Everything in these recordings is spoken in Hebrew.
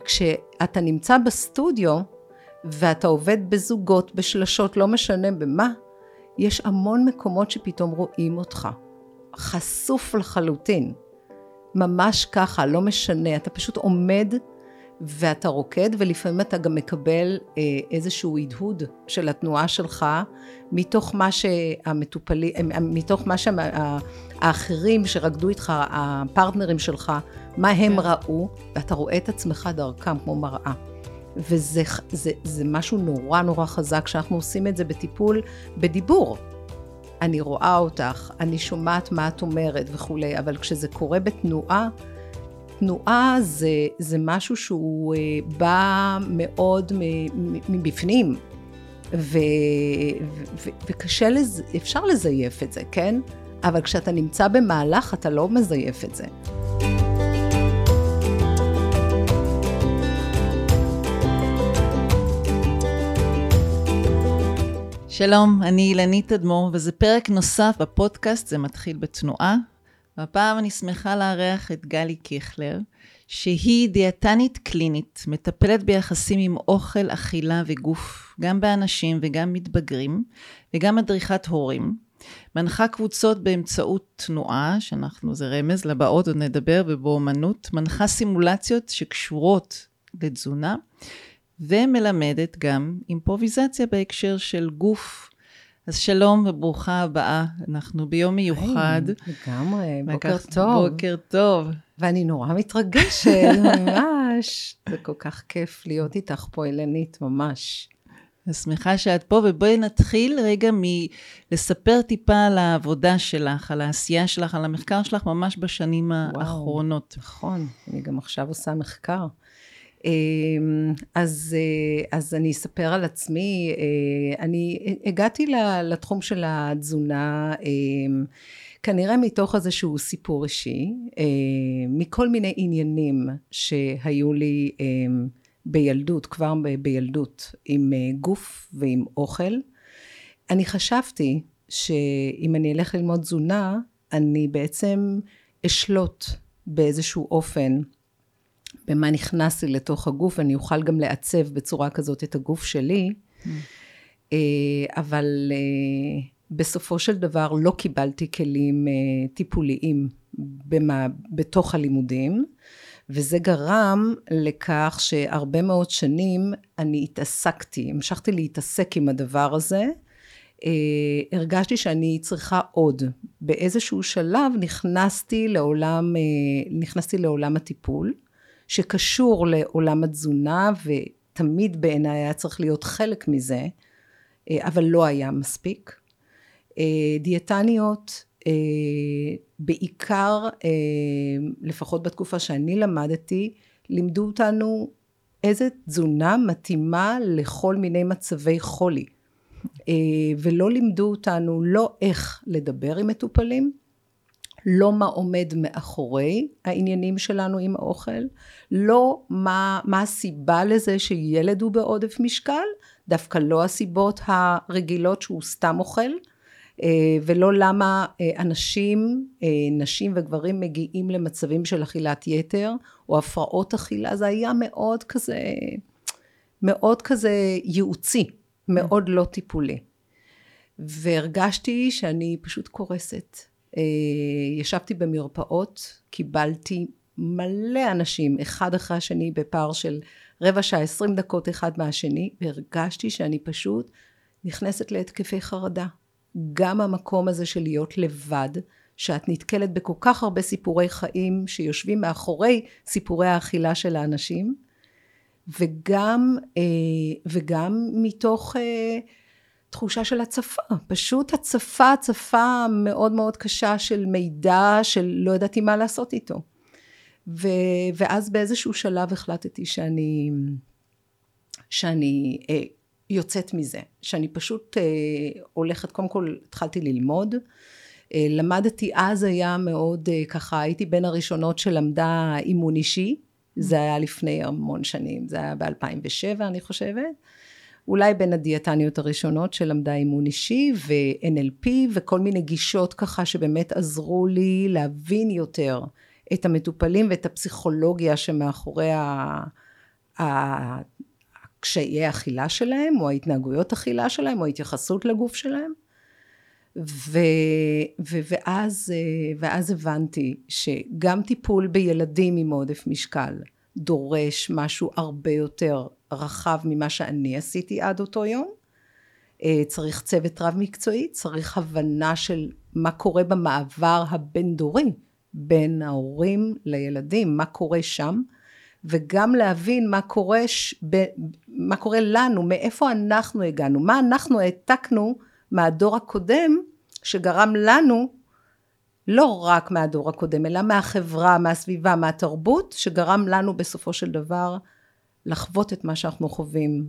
כשאתה נמצא בסטודיו, ואתה עובד בזוגות, בשלשות, לא משנה במה, יש המון מקומות שפתאום רואים אותך. חשוף לחלוטין. ממש ככה, לא משנה, אתה פשוט עומד ואתה רוקד, ולפעמים אתה גם מקבל איזשהו הדהוד של התנועה שלך, מתוך מה שהמטופלים, מתוך מה שהאחרים שרקדו איתך, הפרטנרים שלך, מה הם ראו, ואתה רואה את עצמך דרכם כמו מראה. וזה משהו נורא נורא חזק, שאנחנו עושים את זה בטיפול, בדיבור. אני רואה אותך, אני שומעת מה את אומרת וכו', אבל כשזה קורה בתנועה, תנועה זה משהו שהוא בא מאוד מבפנים, וקשה, אפשר לזייף את זה, כן? אבל כשאתה נמצא במהלך, אתה לא מזייף את זה. שלום, אני אילנית אדמור, וזה פרק נוסף בפודקאסט, זה מתחיל בתנועה. והפעם אני שמחה לארח את גלי קיכלר, שהיא דיאטנית קלינית, מטפלת ביחסים עם אוכל, אכילה וגוף, גם באנשים וגם מתבגרים, וגם מדריכת הורים. מנחה קבוצות באמצעות תנועה, זה רמז לבאות, עוד נדבר, ובאומנות, מנחה סימולציות שקשורות לתזונה, ומלמדת גם אימפרוביזציה בהקשר של גוף. אז שלום וברוכה הבאה, אנחנו ביום מיוחד. לגמרי, בוקר טוב. בוקר טוב. ואני נורא מתרגשת, ממש. זה כל כך כיף להיות איתך פה, אילנית, ממש. אני שמחה שאת פה, ובואי נתחיל רגע לספר טיפה על העבודה שלך, על העשייה שלך, על המחקר שלך, ממש בשנים האחרונות. נכון, אני גם עכשיו עושה מחקר. אז אני אספר על עצמי, אני הגעתי לתחום של התזונה, כנראה מתוך איזשהו סיפור אישי, מכל מיני עניינים שהיו לי בילדות, כבר בילדות, עם גוף ועם אוכל. אני חשבתי שאם אני אלך ללמוד תזונה, אני בעצם אשלוט באיזשהו אופן, במה נכנסתי לתוך הגוף, אני אוכל גם לעצב בצורה כזאת את הגוף שלי, אבל בסופו של דבר לא קיבלתי כלים טיפוליים בתוך הלימודים, וזה גרם לכך שהרבה מאוד שנים אני המשכתי להתעסק עם הדבר הזה, הרגשתי שאני צריכה באיזשהו שלב נכנסתי לעולם הטיפול, שקשור לעולם התזונה, ותמיד בעיניי היה צריך להיות חלק מזה, אבל לא היה מספיק. דיאטניות, בעיקר, לפחות בתקופה שאני למדתי, לימדו אותנו איזה תזונה מתאימה לכל מיני מצבי חולי, ולא לימדו אותנו לא איך לדבר עם מטופלים, לא מה עומד מאחורי העניינים שלנו עם האוכל, לא מה הסיבה לזה שילד הוא בעודף משקל, דווקא לא הסיבות הרגילות שהוא סתם אוכל, ולא למה נשים וגברים מגיעים למצבים של אכילת יתר, או הפרעות אכילה, זה היה מאוד כזה ייעוצי, מאוד לא טיפולי. והרגשתי שאני פשוט קורסת. ישבתי במרפאות, קיבלתי מלא אנשים, אחד אחרי השני בפער של רבע שעה, 20 דקות אחד מהשני, והרגשתי שאני פשוט נכנסת להתקפי חרדה. גם המקום הזה של להיות לבד, שאת נתקלת בכל כך הרבה סיפורי חיים שיושבים מאחורי סיפורי האכילה של האנשים, וגם מתוך תחושה של הצפה, פשוט הצפה מאוד מאוד קשה של מידע של לא ידעתי מה לעשות איתו. ואז באיזשהו שלב החלטתי שאני יוצאת מזה, שאני פשוט הולכת, קודם כל התחלתי ללמוד, למדתי, אז היה מאוד ככה, הייתי בין הראשונות שלמדה אימון אישי, זה היה לפני המון שנים, זה היה ב-2007 אני חושבת, אולי בין הדיאטניות הראשונות שלמדה אימון אישי ו-NLP וכל מיני גישות ככה שבאמת עזרו לי להבין יותר את המטופלים ואת הפסיכולוגיה שמאחורי הקשיי האכילה שלהם, או ההתנהגויות אכילה שלהם, או ההתייחסות לגוף שלהם. ואז הבנתי שגם טיפול בילדים עם עודף משקל, דורש משהו הרבה יותר רחב ממה שאני עשיתי עד אותו יום. צריך צוות רב מקצועי, צריך הבנה של מה קורה במעבר הבין דורי, בין ההורים לילדים, מה קורה שם, וגם להבין מה קורה לנו, מאיפה אנחנו הגענו, מה אנחנו העתקנו מהדור הקודם, שגרם לנו, לא רק מהדור הקודם, אלא מהחברה, מהסביבה, מהתרבות, שגרם לנו בסופו של דבר, לחוות את מה שאנחנו חווים.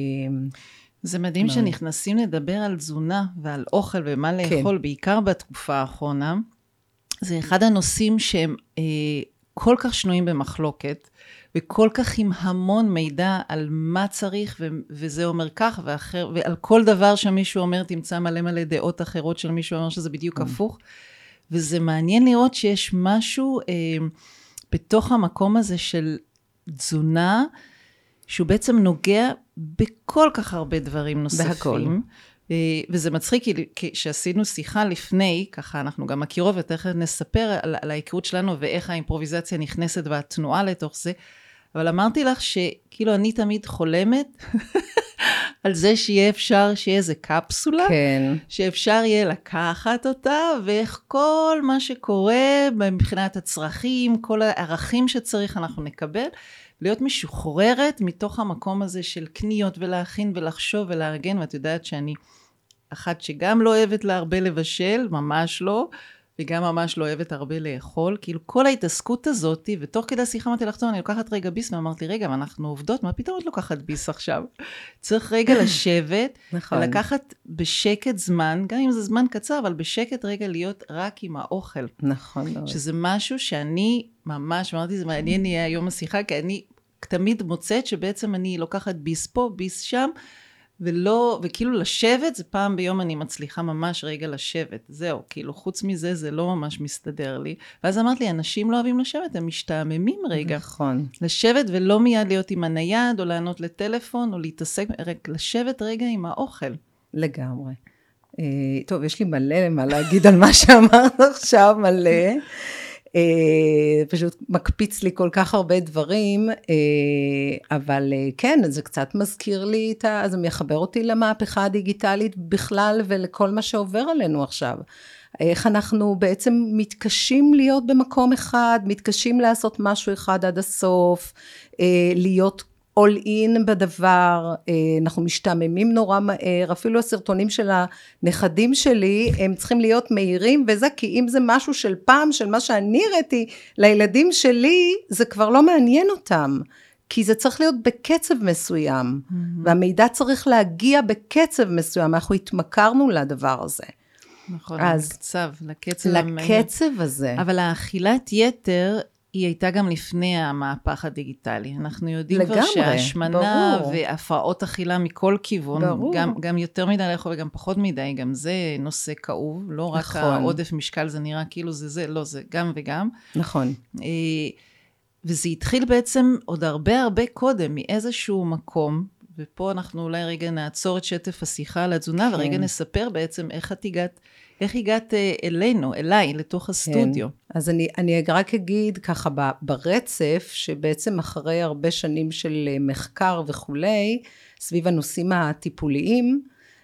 זה מדהים שנכנסים לדבר על תזונה ועל אוכל ומה לאכול, בעיקר בתקופה האחרונה. זה אחד הנושאים שהם כל כך שנויים במחלוקת, וכל כך עם המון מידע על מה צריך, וזה אומר כך ואחר, ועל כל דבר שמישהו אומר, תמצא מלא דעות אחרות של מישהו אומר שזה בדיוק הפוך, וזה מעניין לראות שיש משהו בתוך המקום הזה של תזונה, שהוא בעצם נוגע בכל כך הרבה דברים נוספים. בהכל. וזה מצחיק, כי שעשינו שיחה לפני, ככה אנחנו גם מכירות, ותכף נספר על ההיכרות שלנו, ואיך האימפרוביזציה נכנסת והתנועה לתוך זה, אבל אמרתי לך שכאילו אני תמיד חולמת על זה שיהיה אפשר, שיהיה איזה קפסולה, כן. שאפשר יהיה לקחת אותה, ואיך כל מה שקורה מבחינת הצרכים, כל הערכים שצריך אנחנו נקבל, להיות משוחררת מתוך המקום הזה של קניות ולהכין ולחשוב ולארגן, ואת יודעת שאני אחת שגם לא אוהבת לה הרבה לבשל, ממש לא, וגם ממש לא אוהבת הרבה לאכול, כאילו כל ההתעסקות הזאת, ותוך כדי שיחה אמרתי לך, טוב, אני לוקחת רגע ביס, ואמרתי, רגע, אנחנו עובדות, מה פתאום את לוקחת ביס עכשיו? צריך רגע לשבת, ולקחת בשקט זמן, גם אם זה זמן קצר, אבל בשקט רגע להיות רק עם האוכל. נכון. שזה משהו שאני ממש, אמרתי, זה מעניין יהיה היום השיחה, כי אני תמיד מוצאת שבעצם אני לוקחת ביס פה, ביס שם, וכאילו לשבת, זה פעם ביום אני מצליחה ממש רגע לשבת, זהו, כאילו חוץ מזה זה לא ממש מסתדר לי, ואז אמרת לי, אנשים לא אוהבים לשבת, הם משתעממים רגע, נכון. לשבת ולא מיד להיות עם הנייד, או לענות לטלפון, או להתעסק, לשבת רגע עם האוכל. לגמרי. טוב, יש לי מלא מה להגיד על מה שאמרת עכשיו, מלא, פשוט מקפיץ לי כל כך הרבה דברים, אבל כן, זה קצת מזכיר לי זה מחבר אותי למהפכה הדיגיטלית בכלל, ולכל מה שעובר עלינו עכשיו. איך אנחנו בעצם מתקשים להיות במקום אחד, מתקשים לעשות משהו אחד עד הסוף, להיות all in בדבר, אנחנו משתעממים נורא מהר, אפילו הסרטונים של הנכדים שלי, הם צריכים להיות מהירים, וזה כי אם זה משהו של פעם, של מה שאני ראיתי לילדים שלי, זה כבר לא מעניין אותם, כי זה צריך להיות בקצב מסוים, והמידע צריך להגיע בקצב מסוים, אנחנו התמכרנו לדבר הזה. נכון, לקצב הזה. אבל האכילת יתר, היא הייתה גם לפני המהפך הדיגיטלי. אנחנו יודעים כבר שהשמנה והפרעות אכילה מכל כיוון, גם יותר מדי לאכול וגם פחות מדי, גם זה נושא כאוב, לא רק העודף משקל, זה נראה כאילו זה, לא, זה גם וגם. נכון. וזה התחיל בעצם עוד הרבה קודם, מאיזשהו מקום, ופה אנחנו אולי רגע נעצור את שטף השיחה על התזונה, ורגע נספר בעצם איך הגעת אליי, לתוך הסטודיו. אז אני רק אגיד ככה ברצף, שבעצם אחרי הרבה שנים של מחקר וכולי, סביב הנושאים הטיפוליים,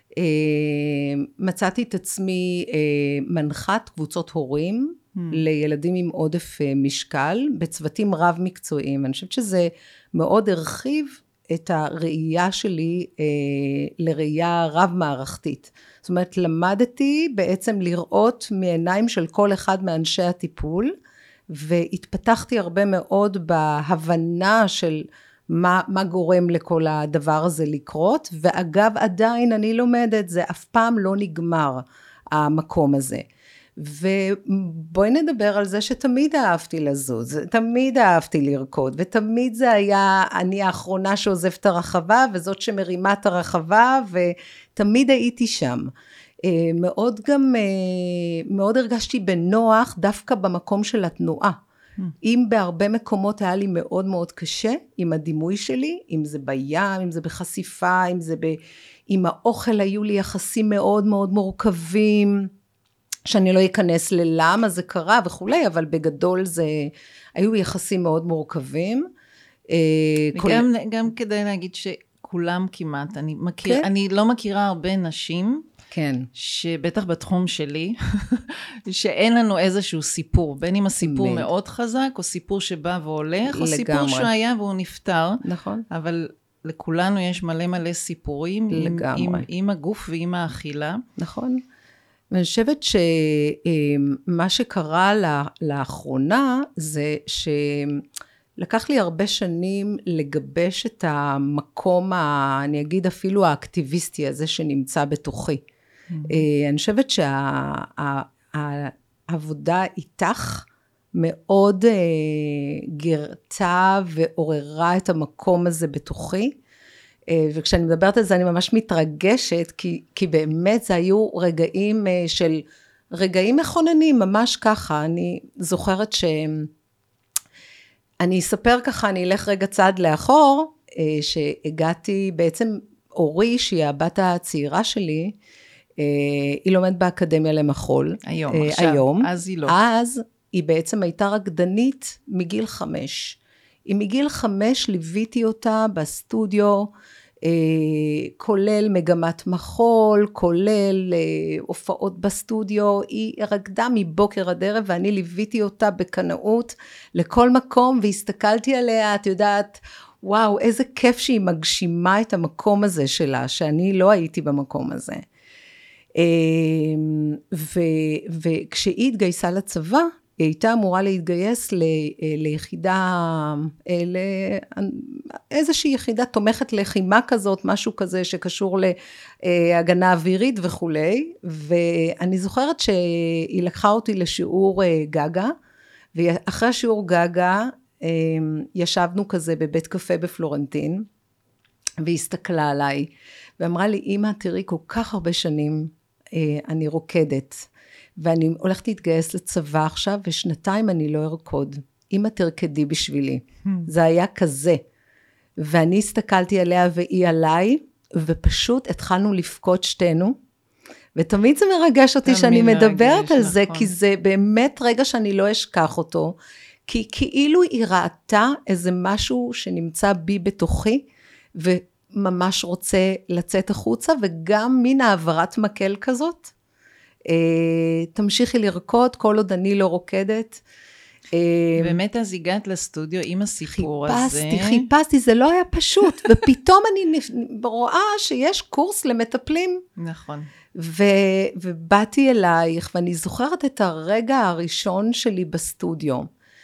מצאתי את עצמי מנחת קבוצות הורים, לילדים עם עודף משקל, בצוותים רב מקצועיים. אני חושבת שזה מאוד הרחיב את הראייה שלי לראייה רב מערכתית. זאת אומרת, למדתי בעצם לראות מעיניים של כל אחד מאנשי הטיפול, והתפתחתי הרבה מאוד בהבנה של מה גורם לכל הדבר הזה לקרות, ואגב עדיין אני לומדת, זה אף פעם לא נגמר המקום הזה. ובואי נדבר על זה שתמיד אהבתי לזוז, תמיד אהבתי לרקוד, ותמיד זה היה אני האחרונה שעוזבת את הרחבה, וזאת שמרימה את הרחבה, ותמיד הייתי שם. מאוד הרגשתי בנוח, דווקא במקום של התנועה. אם בהרבה מקומות היה לי מאוד מאוד קשה עם הדימוי שלי, אם זה בים, אם זה בחשיפה, אם זה עם האוכל היו לי יחסים מאוד מאוד מורכבים, שאני לא אכנס ללמה זה קרה וכולי, אבל בגדול זה, היו יחסים מאוד מורכבים. גם כדי להגיד שכולם כמעט, אני לא מכירה הרבה נשים, כן. שבטח בתחום שלי, שאין לנו איזשהו סיפור, בין אם הסיפור מאוד חזק, או סיפור שבא והולך, או סיפור שהוא היה והוא נפטר. נכון. אבל לכולנו יש מלא סיפורים, עם הגוף ועם האכילה. נכון. ואני חושבת שמה שקרה לאחרונה, זה שלקח לי הרבה שנים לגבש את המקום, אני אגיד אפילו האקטיביסטי הזה שנמצא בתוכי. אני חושבת שהעבודה איתך מאוד גרתה ועוררה את המקום הזה בתוכי, וכשאני מדברת על זה אני ממש מתרגשת, כי באמת זה היו רגעים מכוננים, ממש ככה. אני זוכרת אני אספר ככה, אני אלך רגע צעד לאחור, שהגעתי בעצם אורי, שהיא הבת הצעירה שלי, היא לומדת באקדמיה למחול. היום, אז היא לא. אז היא בעצם הייתה רקדנית מגיל 5. היא מגיל 5 ליוויתי אותה בסטודיו, כולל מגמת מחול, כולל הופעות בסטודיו, היא רקדה מבוקר עד ערב, ואני ליוויתי אותה בקנאות לכל מקום, והסתכלתי עליה, את יודעת, וואו, איזה כיף שהיא מגשימה את המקום הזה שלה, שאני לא הייתי במקום הזה. וכשהיא התגייסה לצבא, היא הייתה אמורה להתגייס ליחידה, איזושהי יחידה תומכת לחימה כזאת, משהו כזה שקשור להגנה אווירית וכולי, ואני זוכרת שהיא לקחה אותי לשיעור גגה, ואחרי שיעור גגה, ישבנו כזה בבית קפה בפלורנטין, והסתכלה עליי, ואמרה לי, אמא, תראי, כל כך הרבה שנים אני רוקדת, ואני הולכת להתגייס לצבא עכשיו, ושנתיים אני לא ארקוד. אמא תרקדי בשבילי. זה היה כזה. ואני הסתכלתי עליה והיא עליי, ופשוט התחלנו לפקוד שתינו, ותמיד זה מרגש אותי שאני מדברת על זה, כי זה באמת רגע שאני לא אשכח אותו, כי כאילו היא ראתה איזה משהו שנמצא בי בתוכי, וממש רוצה לצאת החוצה, וגם מין העברת מקל כזאת, תמשיכי לרקוד, כל עוד אני לא רוקדת. באמת אז הגעת לסטודיו עם הסיפור הזה. חיפשתי, זה לא היה פשוט, ופתאום אני רואה שיש קורס למטפלים. נכון. ובאתי אלייך, ואני זוכרת את הרגע הראשון שלי בסטודיו,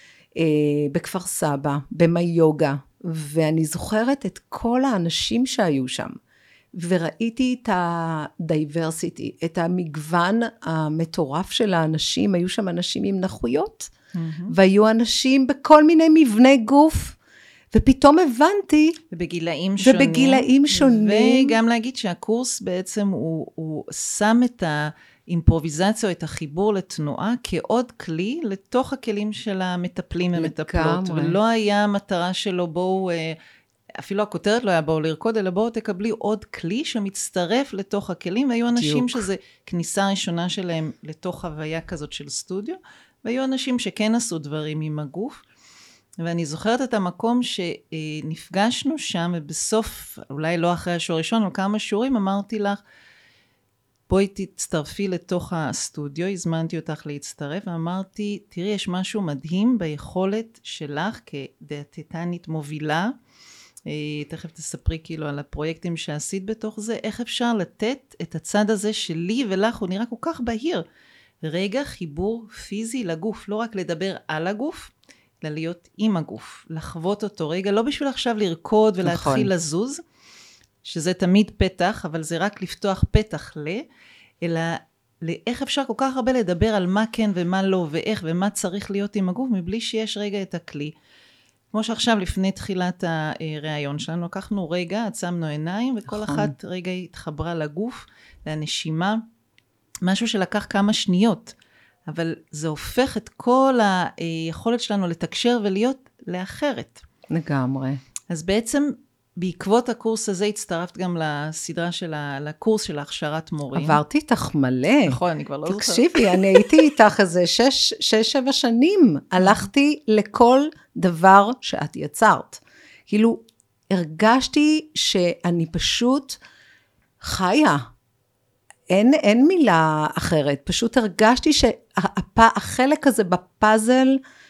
בכפר סבא, במיוגה, ואני זוכרת את כל האנשים שהיו שם, וראיתי את הדייברסיטי, את המגוון המטורף של האנשים, היו שם אנשים עם נכויות, והיו אנשים בכל מיני מבני גוף, ופתאום הבנתי, ובגילאים שונים, וגם להגיד שהקורס בעצם הוא שם את האימפרוביזציה, או את החיבור לתנועה, כעוד כלי לתוך הכלים של המטפלים ומטפלות, ולא היה המטרה שלו בואו, אפילו הכותרת לא היה בואו לרקוד, אלא בואו תקבלי עוד כלי שמצטרף לתוך הכלים, והיו אנשים שזה כניסה ראשונה שלהם לתוך חוויה כזאת של סטודיו, והיו אנשים שכן עשו דברים עם הגוף, ואני זוכרת את המקום שנפגשנו שם, ובסוף, אולי לא אחרי השיעור הראשון, אבל כמה שיעורים, אמרתי לך, בואי תצטרפי לתוך הסטודיו, הזמנתי אותך להצטרף, ואמרתי, תראי, יש משהו מדהים ביכולת שלך, כדיאטטנית מובילה, תכף תספרי כאילו על הפרויקטים שעשית בתוך זה, איך אפשר לתת את הצד הזה שלי ולך, הוא נראה כל כך בהיר, רגע חיבור פיזי לגוף, לא רק לדבר על הגוף, אלא להיות עם הגוף, לחוות אותו רגע, לא בשביל עכשיו לרקוד ולהתחיל לזוז, שזה תמיד פתח, אבל זה רק לפתוח פתח אלא איך אפשר כל כך הרבה לדבר על מה כן ומה לא, ואיך ומה צריך להיות עם הגוף, מבלי שיש רגע את הכלי. כמו שעכשיו לפני תחילת הרעיון שלנו, לקחנו רגע, עצמנו עיניים, וכל אחת רגע התחברה לגוף, לנשימה, משהו שלקח כמה שניות, אבל זה הופך את כל היכולת שלנו לתקשר ולהיות לאחרת. לגמרי. אז בעצם בעקבות הקורס הזה הצטרפת גם לסדרה לקורס של הכשרת מורים. עברתי איתך מלא. נכון, אני כבר לא זוכרת. תקשיבי, אני הייתי איתך איזה 6-7 שנים. הלכתי לכל דבר שאת יצרת. כאילו, הרגשתי שאני פשוט חיה. אין מילה אחרת. פשוט הרגשתי שהחלק הזה בפאזל,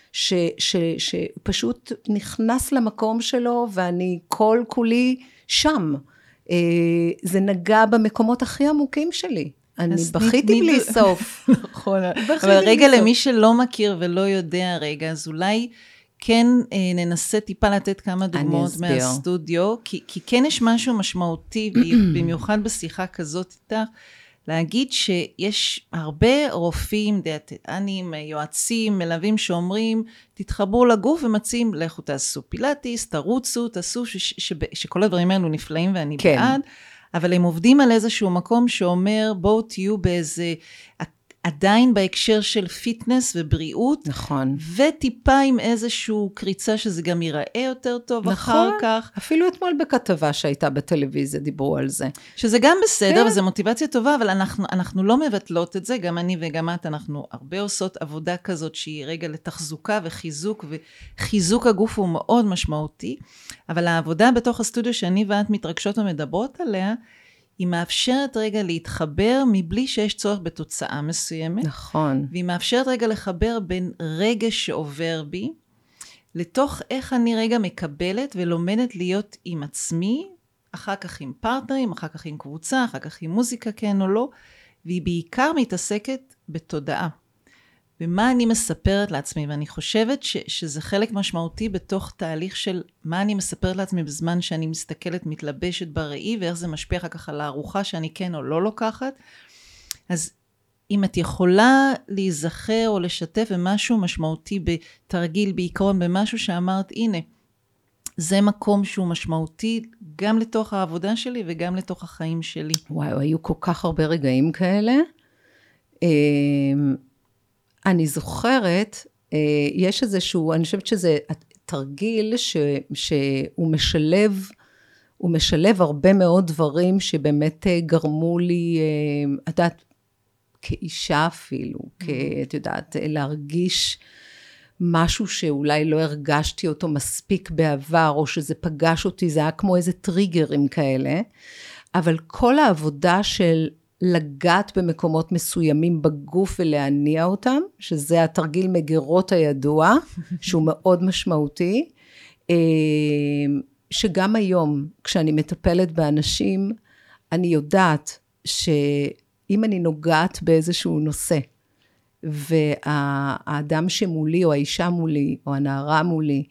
שפשוט נכנס למקום שלו, ואני כל כולי שם. זה נגע במקומות הכי עמוקים שלי. אני בכיתי בלי סוף. נכון. אבל רגע למי שלא מכיר ולא יודע רגע, אז אולי כן ננסה טיפה לתת כמה דוגמאות מהסטודיו, כי כן יש משהו משמעותי, במיוחד בשיחה כזאת איתך, להגיד שיש הרבה רופאים, דיאטנים, יועצים, מלווים שאומרים, תתחברו לגוף ומציעים, לכו תעשו פילאטיס, תרוצו, תעשו, שכל הדברים האלו נפלאים ואני בעד, אבל הם עובדים על איזשהו מקום שאומר, בואו תהיו באיזה, עדיין בהקשר של פיטנס ובריאות, נכון. וטיפה עם איזשהו קריצה שזה גם ייראה יותר טוב אחר כך. אפילו אתמול בכתבה שהייתה בטלוויזיה דיברו על זה. שזה גם בסדר, וזו מוטיבציה טובה, אבל אנחנו לא מבטלות את זה, גם אני וגם את, אנחנו הרבה עושות עבודה כזאת שהיא רגע לתחזוקה וחיזוק, וחיזוק הגוף הוא מאוד משמעותי, אבל העבודה בתוך הסטודיו שאני ואת מתרגשות ומדברות עליה, היא מאפשרת רגע להתחבר מבלי שיש צורך בתוצאה מסוימת. נכון. והיא מאפשרת רגע לחבר בין רגע שעובר בי, לתוך איך אני רגע מקבלת ולומדת להיות עם עצמי, אחר כך עם פרטנרים, אחר כך עם קבוצה, אחר כך עם מוזיקה, כן או לא, והיא בעיקר מתעסקת בתודעה. ומה אני מספרת לעצמי, ואני חושבת שזה חלק משמעותי בתוך תהליך של מה אני מספרת לעצמי בזמן שאני מסתכלת, מתלבשת בראי, ואיך זה משפיע אחר כך על הארוחה שאני כן או לא לוקחת. אז אם את יכולה להיזכר או לשתף במשהו משמעותי בתרגיל, בעיקרון, במשהו שאמרת, הנה, זה מקום שהוא משמעותי גם לתוך העבודה שלי וגם לתוך החיים שלי. וואו, היו כל כך הרבה רגעים כאלה. אני זוכרת, יש איזשהו, אני חושבת שזה תרגיל שהוא משלב הרבה מאוד דברים שבאמת גרמו לי, את יודעת, כאישה אפילו, את יודעת, להרגיש משהו שאולי לא הרגשתי אותו מספיק בעבר, או שזה פגש אותי, זה היה כמו איזה טריגרים כאלה, אבל כל העבודה של לגעת במקומות מסוימים בגוף ולהניע אותם, שזה התרגיל מגירות הידוע, שהוא מאוד משמעותי, שגם היום, כשאני מטפלת באנשים, אני יודעת שאם אני נוגעת באיזשהו נושא, והאדם שמולי, או האישה מולי, או הנערה מולי,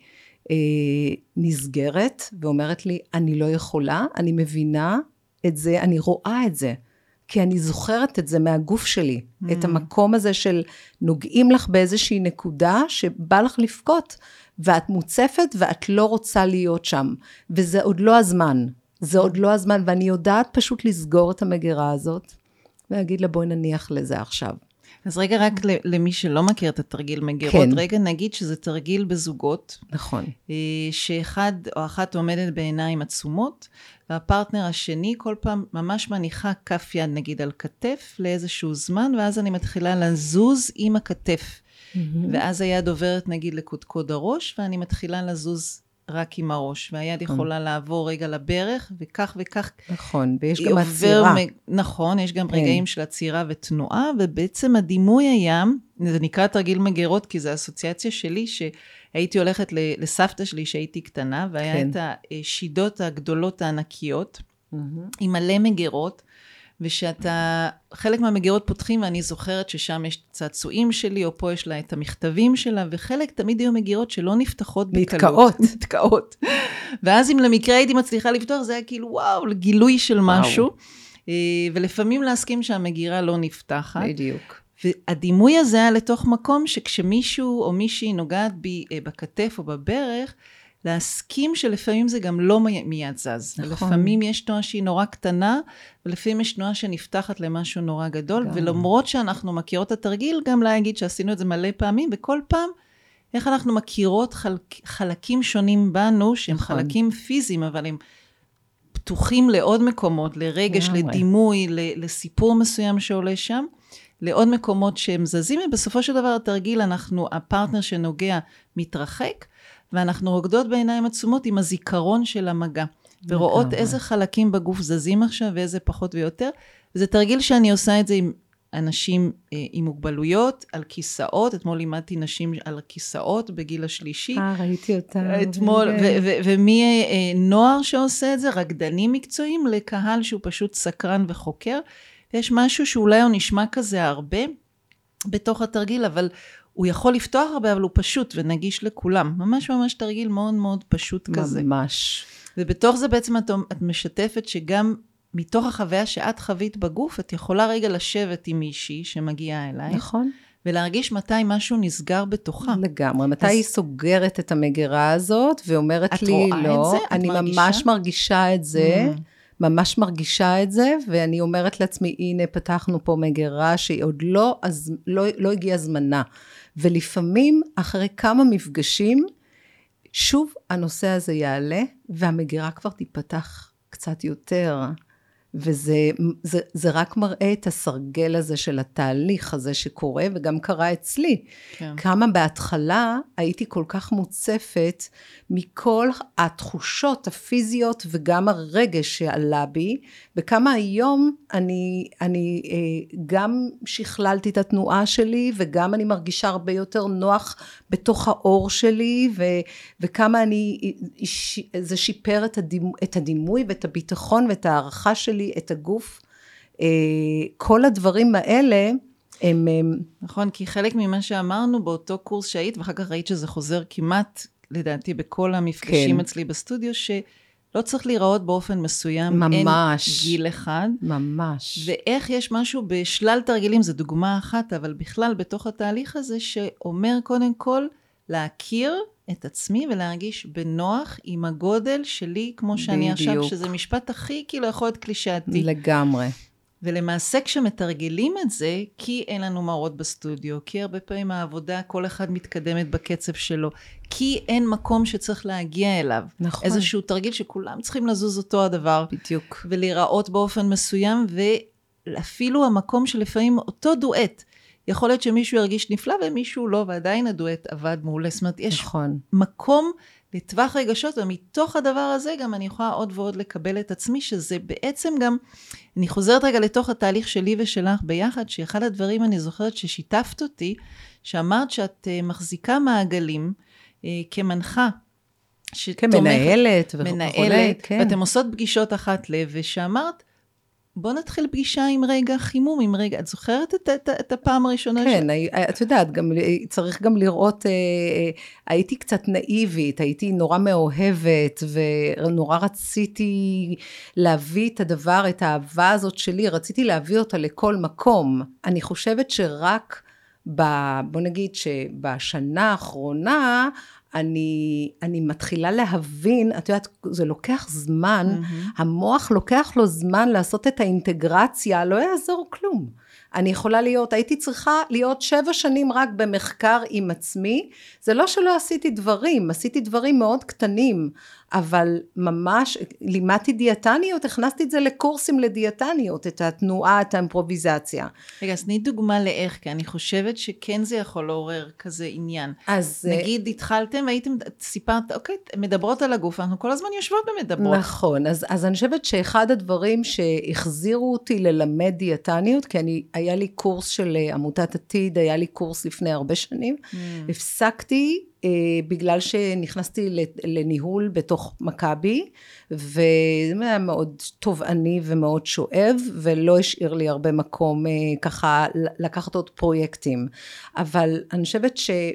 נסגרת, ואומרת לי, אני לא יכולה, אני מבינה את זה, אני רואה את זה, כי אני זוכרת את זה מהגוף שלי, את המקום הזה של נוגעים לך באיזושהי נקודה, שבא לך לפקוט, ואת מוצפת, ואת לא רוצה להיות שם, וזה עוד לא הזמן, זה עוד לא הזמן, ואני יודעת פשוט לסגור את המגירה הזאת, ולהגיד לה בואי נניח לזה עכשיו. אז רגע רק למי שלא מכיר את התרגיל מגירות, כן. רגע נגיד שזה תרגיל בזוגות. נכון. שאחד או אחת עומדת בעיניים עצומות, והפרטנר השני כל פעם ממש מניחה כף יד נגיד על כתף לאיזשהו זמן, ואז אני מתחילה לזוז עם הכתף. ואז היד עוברת נגיד לקודקוד הראש, ואני מתחילה לזוז רק עם הראש, והיד יכולה לעבור רגע לברך, וכך וכך. נכון, ויש גם עצירה. נכון, יש גם רגעים של עצירה ותנועה, ובעצם הדימוי היה, זה נקרא תרגיל מגירות, כי זה אסוציאציה שלי, שהייתי הולכת לסבתא שלי שהייתי קטנה, והיה את השידות הגדולות הענקיות, עם מלא מגירות, ושאתה, חלק מהמגירות פותחים, ואני זוכרת ששם יש צעצועים שלי, או פה יש לה את המכתבים שלה, וחלק תמיד היו מגירות שלא נפתחות בקלות. נתקעות. ואז אם למקרה הייתי מצליחה לפתוח, זה היה כאילו וואו, גילוי של משהו, ולפעמים להסכים שהמגירה לא נפתחת. בדיוק. והדימוי הזה היה לתוך מקום, שכשמישהו או מישהי נוגעת בי בכתף או בברך, להסכים שלפעמים זה גם לא מיד זז. נכון. לפעמים יש תנועה שהיא נורא קטנה, ולפעמים יש תנועה שנפתחת למשהו נורא גדול, ולמרות שאנחנו מכירות את התרגיל, גם להגיד שעשינו את זה מלא פעמים, וכל פעם, איך אנחנו מכירות חלקים שונים בנו, שהם נכון. חלקים פיזיים, אבל הם פתוחים לעוד מקומות, לרגש, לדימוי, לסיפור מסוים שעולה שם, לעוד מקומות שהם זזים, ובסופו של דבר התרגיל, הפרטנר שנוגע מתרחק, ואנחנו רוקדות בעיניים עצומות עם הזיכרון של המגע, ורואות איזה חלקים בגוף זזים עכשיו, ואיזה פחות ויותר. זה תרגיל שאני עושה את זה עם אנשים עם מוגבלויות, על כיסאות, אתמול לימדתי נשים על כיסאות בגיל השלישי. ראיתי אותה. אתמול, ומי נוער שעושה את זה, רקדנים מקצועיים, לקהל שהוא פשוט סקרן וחוקר. יש משהו שאולי הוא נשמע כזה הרבה בתוך התרגיל, אבל הוא יכול לפתוח הרבה, אבל הוא פשוט ונגיש לכולם. ממש ממש תרגיל מאוד מאוד פשוט כזה. ממש. ובתוך זה בעצם את משתפת שגם מתוך החוויה שאת חווית בגוף, את יכולה רגע לשבת עם מישהי שמגיעה אליי. נכון. ולהרגיש מתי משהו נסגר בתוכה. לגמרי. מתי היא סוגרת את המגירה הזאת, ואומרת לי, לא, אני ממש מרגישה את זה, ממש מרגישה את זה, ואני אומרת לעצמי, הנה, פתחנו פה מגירה, שהיא עוד לא הגיעה זמנה. ולפעמים, אחרי כמה מפגשים, שוב הנושא הזה יעלה, והמגירה כבר תיפתח קצת יותר, וזה רק מראה את הסרגל הזה של התהליך הזה שקורה, וגם קרה אצלי. כן. כמה בהתחלה הייתי כל כך מוצפת מכל התחושות הפיזיות וגם הרגש שעלה בי, וכמה היום אני גם שכללתי את התנועה שלי, וגם אני מרגישה הרבה יותר נוח בתוך האור שלי, וכמה זה שיפר את הדימוי ואת הביטחון ואת הערכה שלי, את הגוף, כל הדברים האלה הם... נכון, כי חלק ממה שאמרנו באותו קורס שהיית, ואחר כך ראית שזה חוזר כמעט, לדעתי, בכל המפגשים כן. אצלי בסטודיו, שלא צריך להיראות באופן מסוים, ממש. אין גיל אחד. ממש. ואיך יש משהו בשלל תרגילים, זו דוגמה אחת, אבל בכלל בתוך התהליך הזה, שאומר קודם כל, להכיר את עצמי ולהרגיש בנוח עם הגודל שלי, כמו שאני עכשיו, שזה משפט הכי כאילו יכול להיות קלישאתי. לגמרי. ולמעשה כשמתרגלים את זה, כי אין לנו מראות בסטודיו, כי הרבה פעמים העבודה, כל אחד מתקדמת בקצב שלו, כי אין מקום שצריך להגיע אליו. נכון. איזשהו תרגיל שכולם צריכים לזוז אותו הדבר. בדיוק. ולהיראות באופן מסוים, ואפילו המקום שלפעמים אותו דואט, יכול להיות שמישהו ירגיש נפלא ומישהו לא, ועדיין הדואט עבד מעולה. זאת אומרת, יש נכון. מקום לטווח רגשות, ומתוך הדבר הזה גם אני יכולה עוד ועוד לקבל את עצמי, שזה בעצם גם, אני חוזרת רגע לתוך התהליך שלי ושלך ביחד, שאחד הדברים אני זוכרת ששיתפת אותי, שאמרת שאת מחזיקה מעגלים כמנחה, כמנהלת מנהלת, כן. ואתם עושות פגישות אחת לב, ושאמרת, בוא נתחיל פגישה עם רגע חימום, עם רגע, את זוכרת את הפעם הראשונה? כן, את יודעת, צריך גם לראות, הייתי קצת נאיבית, הייתי נורא מאוהבת, ונורא רציתי להביא את הדבר, את האהבה הזאת שלי, רציתי להביא אותה לכל מקום. אני חושבת שרק, בוא נגיד שבשנה האחרונה, אני מתחילה להבין, את יודעת, זה לוקח זמן, המוח לוקח לו זמן לעשות את האינטגרציה, לא יעזור כלום. אני יכולה להיות, הייתי צריכה להיות 7 שנים רק במחקר עם עצמי, זה לא שלא עשיתי דברים מאוד קטנים, אבל ממש לימדתי דיאטניות, הכנסתי את זה לקורסים לדיאטניות, את התנועה, את האימפרוביזציה. רגע, אז תני דוגמה לאיך, כי אני חושבת שכן זה יכול לעורר כזה עניין. אז נגיד, התחלתם, סיפרת, אוקיי, מדברות על הגוף, אנחנו כל הזמן יושבות ומדברות. נכון, אז אני חושבת שאחד הדברים שהחזירו אותי ללמד דיאטניות, כי היה לי קורס של עמותת עתיד, היה לי קורס לפני הרבה שנים, הפסקתי, בגלל שנכנסתי לניהול בתוך מכבי, וזה היה מאוד תובעני ומאוד שואב, ולא השאיר לי הרבה מקום ככה לקחת עוד פרויקטים. אבל אני חושבת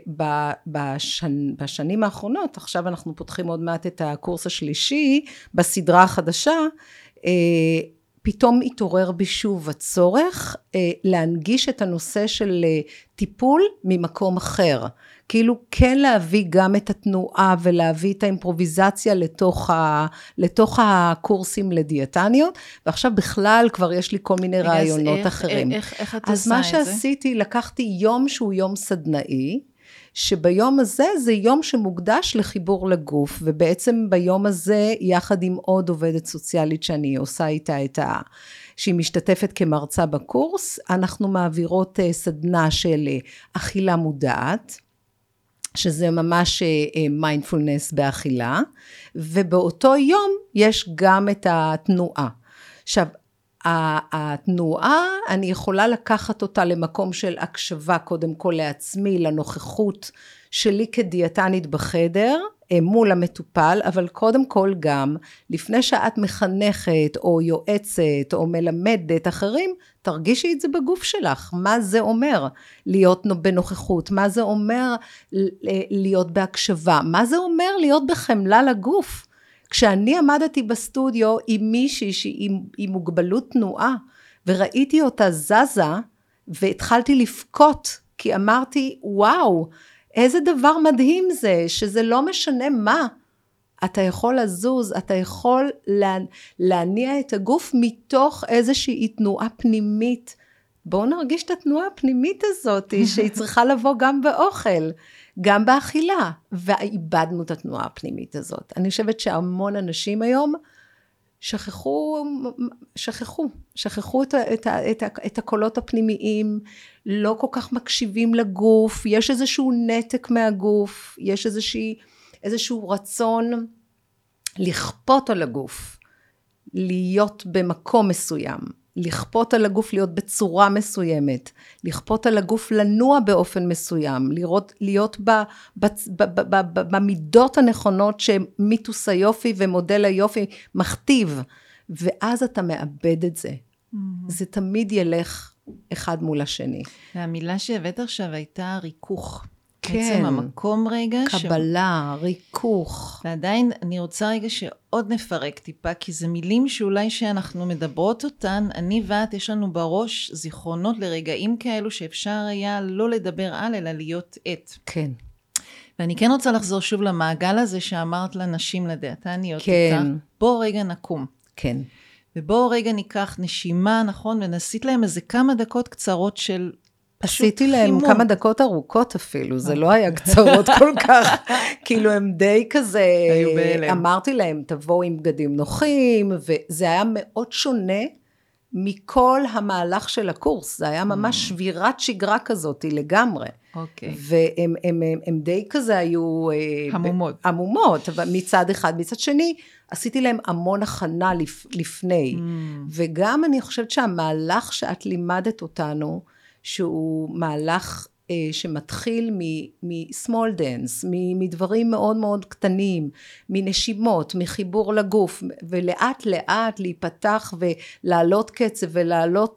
שבשנים האחרונות, עכשיו אנחנו פותחים עוד מעט את הקורס השלישי, בסדרה החדשה, פתאום התעורר בי שוב הצורך להנגיש את הנושא של טיפול ממקום אחר. כאילו כן להביא גם את התנועה ולהביא את האימפרוביזציה לתוך הקורסים לדיאטניות, ועכשיו בכלל כבר יש לי כל מיני רעיונות אחרים. איך את אז עושה מה את זה? שעשיתי, לקחתי יום שהוא יום סדנאי, שביום הזה זה יום שמוקדש לחיבור לגוף, ובעצם ביום הזה יחד עם עוד עובדת סוציאלית שאני עושה איתה שהיא משתתפת כמרצה בקורס, אנחנו מעבירות סדנה של אכילה מודעת, שזה ממש מיינדפולנס באכילה, ובאותו יום יש גם את התנועה. עכשיו, התנועה, אני יכולה לקחת אותה למקום של הקשבה, קודם כל לעצמי, לנוכחות שלי כדיאטנית בחדר, מול המטופל, אבל קודם כל גם, לפני שאת מחנכת, או יועצת, או מלמדת אחרים, תרגישי את זה בגוף שלך. מה זה אומר להיות בנוכחות? מה זה אומר להיות בהקשבה? מה זה אומר להיות בחמלה לגוף? כשאני עמדתי בסטודיו עם מישהי שהיא עם מוגבלות תנועה, וראיתי אותה זזה, והתחלתי לבכות, כי אמרתי, וואו, איזה דבר מדהים זה, שזה לא משנה מה, אתה יכול לזוז, אתה יכול להניע את הגוף מתוך איזושהי תנועה פנימית. בואו נרגיש את התנועה הפנימית הזאת, שהיא צריכה לבוא גם באוכל, גם באכילה, ואיבדנו את התנועה הפנימית הזאת. אני חושבת שהמון אנשים היום שכחו את הקולות הפנימיים, לא כל כך מקשיבים לגוף, יש איזשהו נתק מהגוף, יש איזשהו רצון לכפות על הגוף, להיות במקום מסוים, לכפות על הגוף להיות בצורה מסוימת, לכפות על הגוף לנוע באופן מסוים, להיות במידות הנכונות שמיתוס היופי ומודל היופי מכתיב, ואז אתה מאבד את זה. זה תמיד ילך אחד מול השני. והמילה שהבאת עכשיו הייתה ריכוך. כן. בעצם המקום רגע. קבלה, ריכוך. ועדיין אני רוצה רגע שעוד נפרק טיפה, כי זה מילים שאולי שאנחנו מדברות אותן, אני ואת יש לנו בראש זיכרונות לרגעים כאלו שאפשר היה לא לדבר על, אלא להיות את. כן. ואני כן רוצה לחזור שוב למעגל הזה שאמרת לנשים לדיאטניות. כן. איתך, בוא רגע נקום. כן. ובוא רגע ניקח נשימה, נכון, ונסית להם איזה כמה דקות קצרות של עשיתי להם כמה דקות ארוכות אפילו, זה לא היה קצרות כל כך, כאילו הם די כזה, אמרתי להם תבואו עם בגדים נוחים, וזה היה מאוד שונה מכל המהלך של הקורס, זה היה ממש שבירת שגרה כזאת לגמרי, והם די כזה היו עמומות, מצד אחד, מצד שני, עשיתי להם המון הכנה לפני, וגם אני חושבת שהמהלך שאת לימדת אותנו, שהוא מהלך שמתחיל מ-small dance, מדברים מאוד מאוד קטנים, מנשימות, מחיבור לגוף, ולאט לאט להיפתח ולעלות קצב ולעלות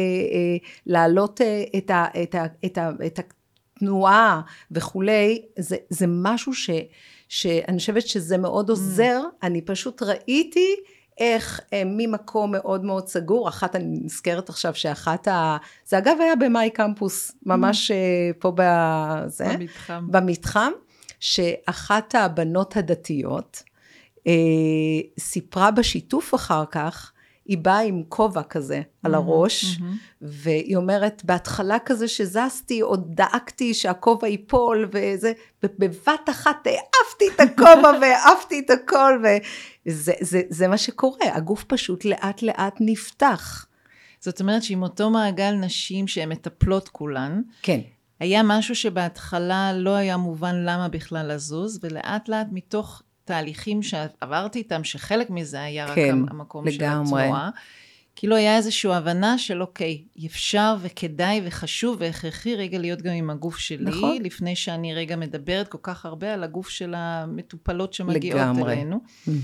את התנועה וכולי, זה משהו שאני חושבת שזה מאוד עוזר, אני פשוט ראיתי איך ממקום מאוד מאוד סגור, אחת אני נזכרת עכשיו זה אגב היה במאי קמפוס, ממש פה במתחם, שאחת הבנות הדתיות סיפרה בשיתוף אחר כך, היא באה עם כובע כזה על הראש, והיא אומרת, בהתחלה כזה שזזתי, עוד דאגתי שהכובע ייפול, ובבת אחת העפתי את הכובע, והעפתי את הכל, וזה מה שקורה, הגוף פשוט לאט לאט נפתח. זאת אומרת שעם אותו מעגל נשים שהן מטפלות כולן, כן. היה משהו שבהתחלה לא היה מובן למה בכלל לזוז, ולאט לאט מתוך תהליכים שעברתי איתם, שחלק מזה היה רק המקום של התנועה, כאילו היה איזושהי הבנה של אוקיי, אפשר וכדאי וחשוב והכרחי רגע להיות גם עם הגוף שלי, נכון. לפני שאני רגע מדברת כל כך הרבה על הגוף של המטופלות שמגיעות אלינו.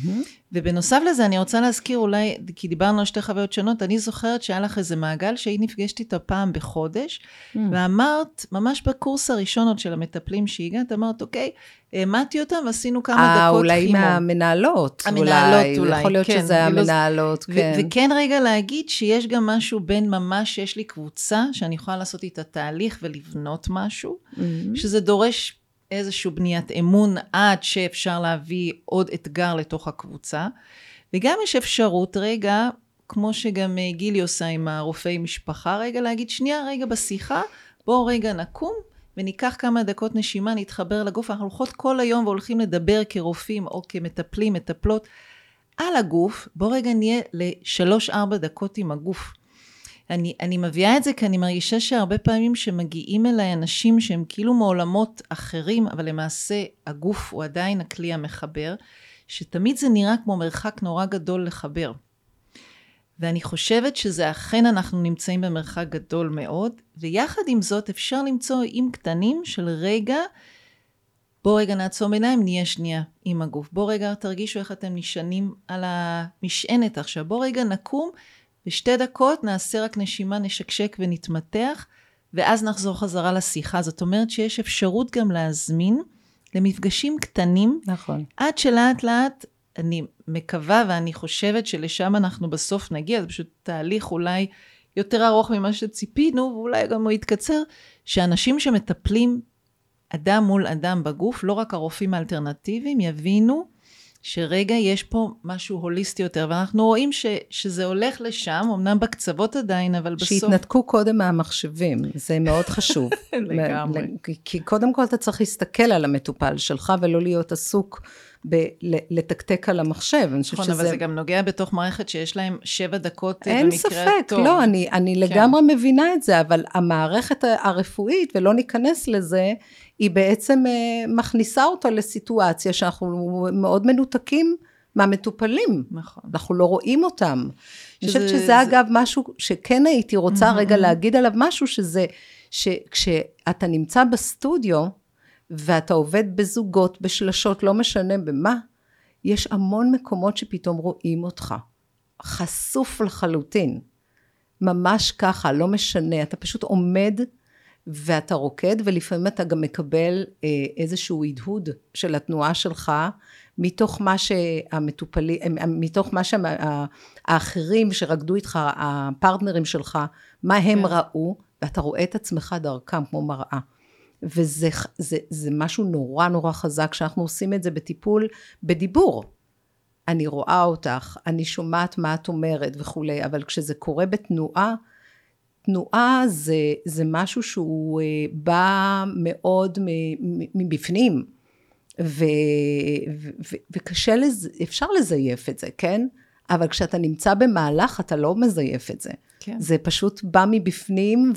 ובנוסף לזה אני רוצה להזכיר אולי, כי דיברנו על שתי חוויות שונות, אני זוכרת שהיה לך איזה מעגל שהיא נפגשת איתה פעם בחודש, ואמרת, ממש בקורס הראשון עוד של המטפלים שהגעת, אמרת, אוקיי, העמדתי אותם ועשינו כמה דקות אולי חימום. מהמנהלות. המנהלות אולי, יכול להיות כן, שזה המנהלות, כן. וכן רגע להגיד שיש גם משהו בין ממש שיש לי קבוצה, שאני יכולה לעשות איתה תהליך ולבנות משהו, שזה דורש איזשהו בניית אמון עד שאפשר להביא עוד אתגר לתוך הקבוצה, וגם יש אפשרות רגע, כמו שגם גילי עושה עם הרופאי משפחה, רגע להגיד שנייה רגע בשיחה, בואו רגע נקום, וניקח כמה דקות נשימה, נתחבר לגוף, אנחנו הולכות כל היום והולכים לדבר כרופאים או כמטפלים, מטפלות, על הגוף, בואו רגע נהיה ל3-4 דקות עם הגוף. אני מביאה את זה כי אני מרגישה שהרבה פעמים שמגיעים אליי אנשים שהם כאילו מעולמות אחרים, אבל למעשה הגוף הוא עדיין הכלי המחבר, שתמיד זה נראה כמו מרחק נורא גדול לחבר. ואני חושבת שזה אכן אנחנו נמצאים במרחק גדול מאוד, ויחד עם זאת אפשר למצוא עם קטנים של רגע, בוא רגע נעצום עיניים, נהיה שנייה עם הגוף. בוא רגע תרגישו איך אתם נשענים על המשענת עכשיו. בוא רגע נקום, ב2 דקות נעשה רק נשימה, נשקשק ונתמתח, ואז נחזור חזרה לשיחה. זאת אומרת שיש אפשרות גם להזמין למפגשים קטנים, נכון. עד שלאט לאט אני מקווה ואני חושבת שלשם אנחנו בסוף נגיע, זה פשוט תהליך אולי יותר ארוך ממה שציפינו, ואולי גם הוא יתקצר, שאנשים שמטפלים אדם מול אדם בגוף, לא רק הרופאים האלטרנטיביים, יבינו שרגע יש פה משהו הוליסטי יותר, ואנחנו רואים שזה הולך לשם, אמנם בקצוות עדיין, אבל בסוף... שהתנתקו קודם מהמחשבים, זה מאוד חשוב. לגמרי. כי קודם כל אתה צריך להסתכל על המטופל שלך, ולא להיות עסוק לתקתק על המחשב. נכון, אבל זה גם נוגע בתוך מערכת שיש להם 7 דקות במקרה טוב. אין ספק, לא, אני לגמרי מבינה את זה, אבל המערכת הרפואית, ולא ניכנס לזה, היא בעצם מכניסה אותו לסיטואציה שאנחנו מאוד מנותקים מהמטופלים. נכון. אנחנו לא רואים אותם. אני חושבת שזה אגב משהו שכן הייתי רוצה רגע להגיד עליו משהו, שזה שכשאתה נמצא בסטודיו, ואתה עובד בזוגות, בשלשות, לא משנה במה, יש המון מקומות שפתאום רואים אותך. חשוף לחלוטין. ממש ככה, לא משנה. אתה פשוט עומד ואתה רוקד, ולפעמים אתה גם מקבל איזשהו הדהוד של התנועה שלך, מתוך מה שהמטופלים, מתוך מה שהאחרים שרקדו איתך, הפרטנרים שלך, מה הם ראו, ואתה רואה את עצמך דרכם כמו מראה. וזה משהו נורא נורא חזק, שאנחנו עושים את זה בטיפול, בדיבור. אני רואה אותך, אני שומעת מה את אומרת וכו', אבל כשזה קורה בתנועה, תנועה זה משהו שהוא בא מאוד מבפנים, וקשה, אפשר לזייף את זה, כן? אבל כשאתה נמצא במהלך, אתה לא מזייף את זה. כן. זה פשוט בא מבפנים,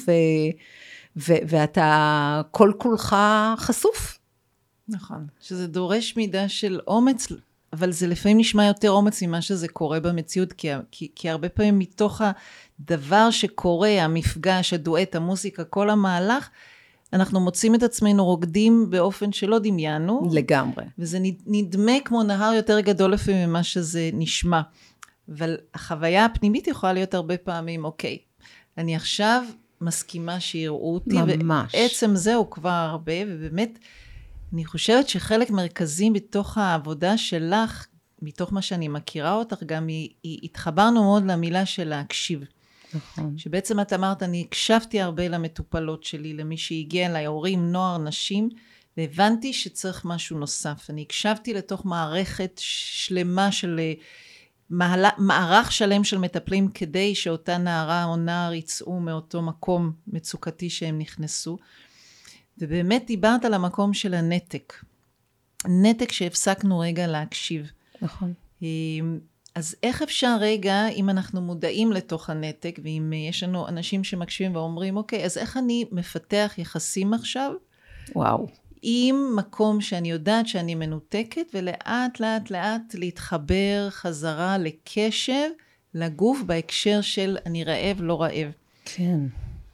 ואתה כל כולך חשוף. נכון, שזה דורש מידה של אומץ, אבל זה לפעמים נשמע יותר אומץ ממה שזה קורה במציאות, כי הרבה פעמים מתוך הדבר שקורה, המפגש, הדואט, המוסיקה, כל המהלך, אנחנו מוצאים את עצמנו רוקדים באופן שלא דמיינו. לגמרי. וזה נדמה כמו נהר יותר גדול לפעמים ממה שזה נשמע. אבל החוויה הפנימית יכולה להיות הרבה פעמים, אוקיי, אני עכשיו מסכימה שיראו אותי, ממש. ועצם זהו כבר הרבה, ובאמת, אני חושבת שחלק מרכזי בתוך העבודה שלך, מתוך מה שאני מכירה אותך, גם התחברנו מאוד למילה של להקשיב. נכון. שבעצם את אמרת, אני הקשבתי הרבה למטופלות שלי, למי שהגיע אליי, הורים, נוער, נשים, והבנתי שצריך משהו נוסף. אני הקשבתי לתוך מערכת שלמה של מערך שלם של מטפלים, כדי שאותה נערה או נער יצאו מאותו מקום מצוקתי שהם נכנסו. ובאמת דיברת על המקום של הנתק. נתק שהפסקנו רגע להקשיב. נכון. אז איך אפשר רגע, אם אנחנו מודעים לתוך הנתק, ואם יש לנו אנשים שמקשיבים ואומרים, אוקיי, אז איך אני מפתח יחסים עכשיו? וואו. עם מקום שאני יודעת שאני מנותקת, ולאט לאט לאט להתחבר חזרה לקשב, לגוף בהקשר של אני רעב, לא רעב. כן.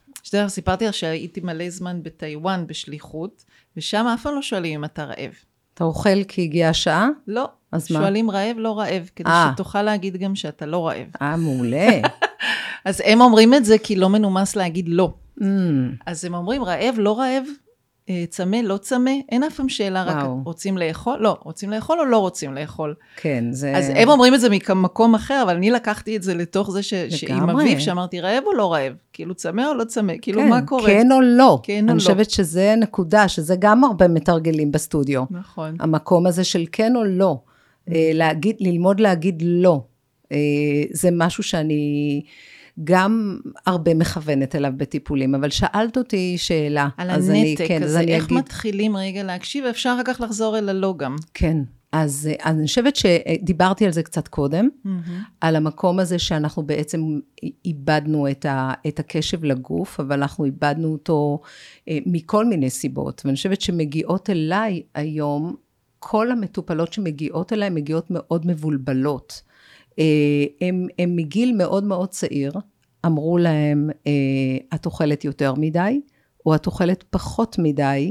שדרך סיפרתי לך שהייתי מלא זמן בטיואן בשליחות, ושם אף פעם לא שואלים אם אתה רעב. אתה אוכל כי הגיעה השעה? לא. אז מה? שואלים רעב, לא רעב, כדי שתוכל להגיד גם שאתה לא רעב. מעולה. אז הם אומרים את זה כי לא מנומס להגיד לא. אז הם אומרים רעב, לא רעב, צמא, לא צמא, אין אף פעם שאלה, רק רוצים לאכול? לא, רוצים לאכול או לא רוצים לאכול? כן, זה... אז הם אומרים את זה ממקום אחר, אבל אני לקחתי את זה לתוך זה שעם אביב, שאמרתי רעב או לא רעב? כאילו צמא או לא צמא? כאילו מה קורה? כן או לא. כן או לא. אני חושבת שזה נקודה, שזה גם הרבה מתרגלים בסטודיו. נכון. המקום הזה של כן או לא. ללמוד להגיד לא. זה משהו שאני... גם הרבה מכוונת אליו בטיפולים, אבל שאלת אותי שאלה. על הנתק הזה, איך מתחילים רגע להקשיב, אפשר אחר כך לחזור אל הלא גם. כן, אז אני חושבת שדיברתי על זה קצת קודם, על המקום הזה שאנחנו בעצם איבדנו את הקשב לגוף, אבל אנחנו איבדנו אותו מכל מיני סיבות, ואני חושבת שמגיעות אליי היום, כל המטופלות שמגיעות אליי, מגיעות מאוד מבולבלות, הם מגיל מאוד מאוד צעיר, אמרו להם, את אוכלת יותר מדי, או את אוכלת פחות מדי,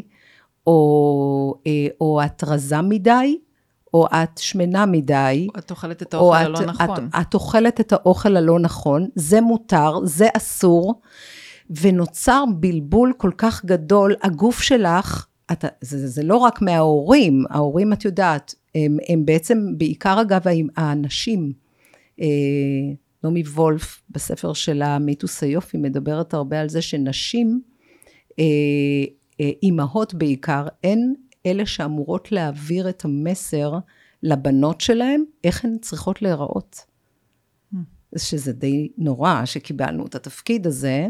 או את רזה מדי, או את שמנה מדי. או את אוכלת את האוכל הלא נכון. את אוכלת את האוכל הלא נכון, זה מותר, זה אסור, ונוצר בלבול כל כך גדול, הגוף שלך, זה לא רק מההורים, ההורים את יודעת, הם בעצם בעיקר אגב האנשים, נעמי וולף בספר שלה מיתוס היופי מדברת הרבה על זה שנשים, אימהות בעיקר, הן אלה שאמורות להעביר את המסר לבנות שלהם, איך הן צריכות להיראות. שזה די נורא שקיבלנו את התפקיד הזה,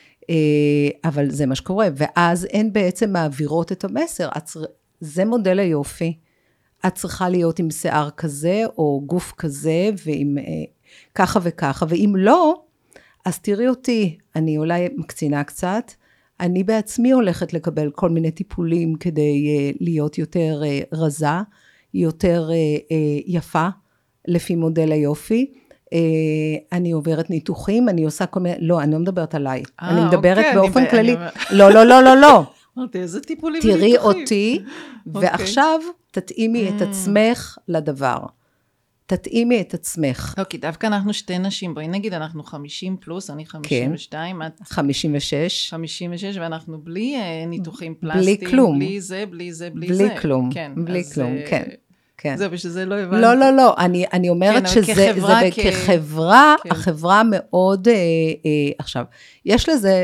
אבל זה מה שקורה, ואז הן בעצם מעבירות את המסר, זה מודל היופי, את צריכה להיות עם שיער כזה, או גוף כזה, ועם ככה וככה, ואם לא, אז תראי אותי, אני אולי מקצינה קצת, אני בעצמי הולכת לקבל כל מיני טיפולים, כדי להיות יותר רזה, יותר יפה, לפי מודל היופי, אני עוברת ניתוחים, אני עושה כל מיני, לא, אני לא מדברת עליי, אני מדברת באופן כללי, לא, לא, לא, לא, לא. אמרתי, איזה טיפולים וניתוחים? תראי אותי, ועכשיו תתאימי את עצמך לדבר. תתאימי את עצמך. לא, כי דווקא אנחנו שתי נשים, בואי נגיד, אנחנו 50 פלוס, אני 52, את 56. 56, ואנחנו בלי ניתוחים פלסטיים, בלי כלום. בלי זה, בלי זה, בלי זה. בלי כלום, בלי כלום, כן. כן. זהו, ושזה לא הבנתי. לא, לא, לא, אני אומרת שזה כחברה, החברה מאוד, עכשיו, יש לזה,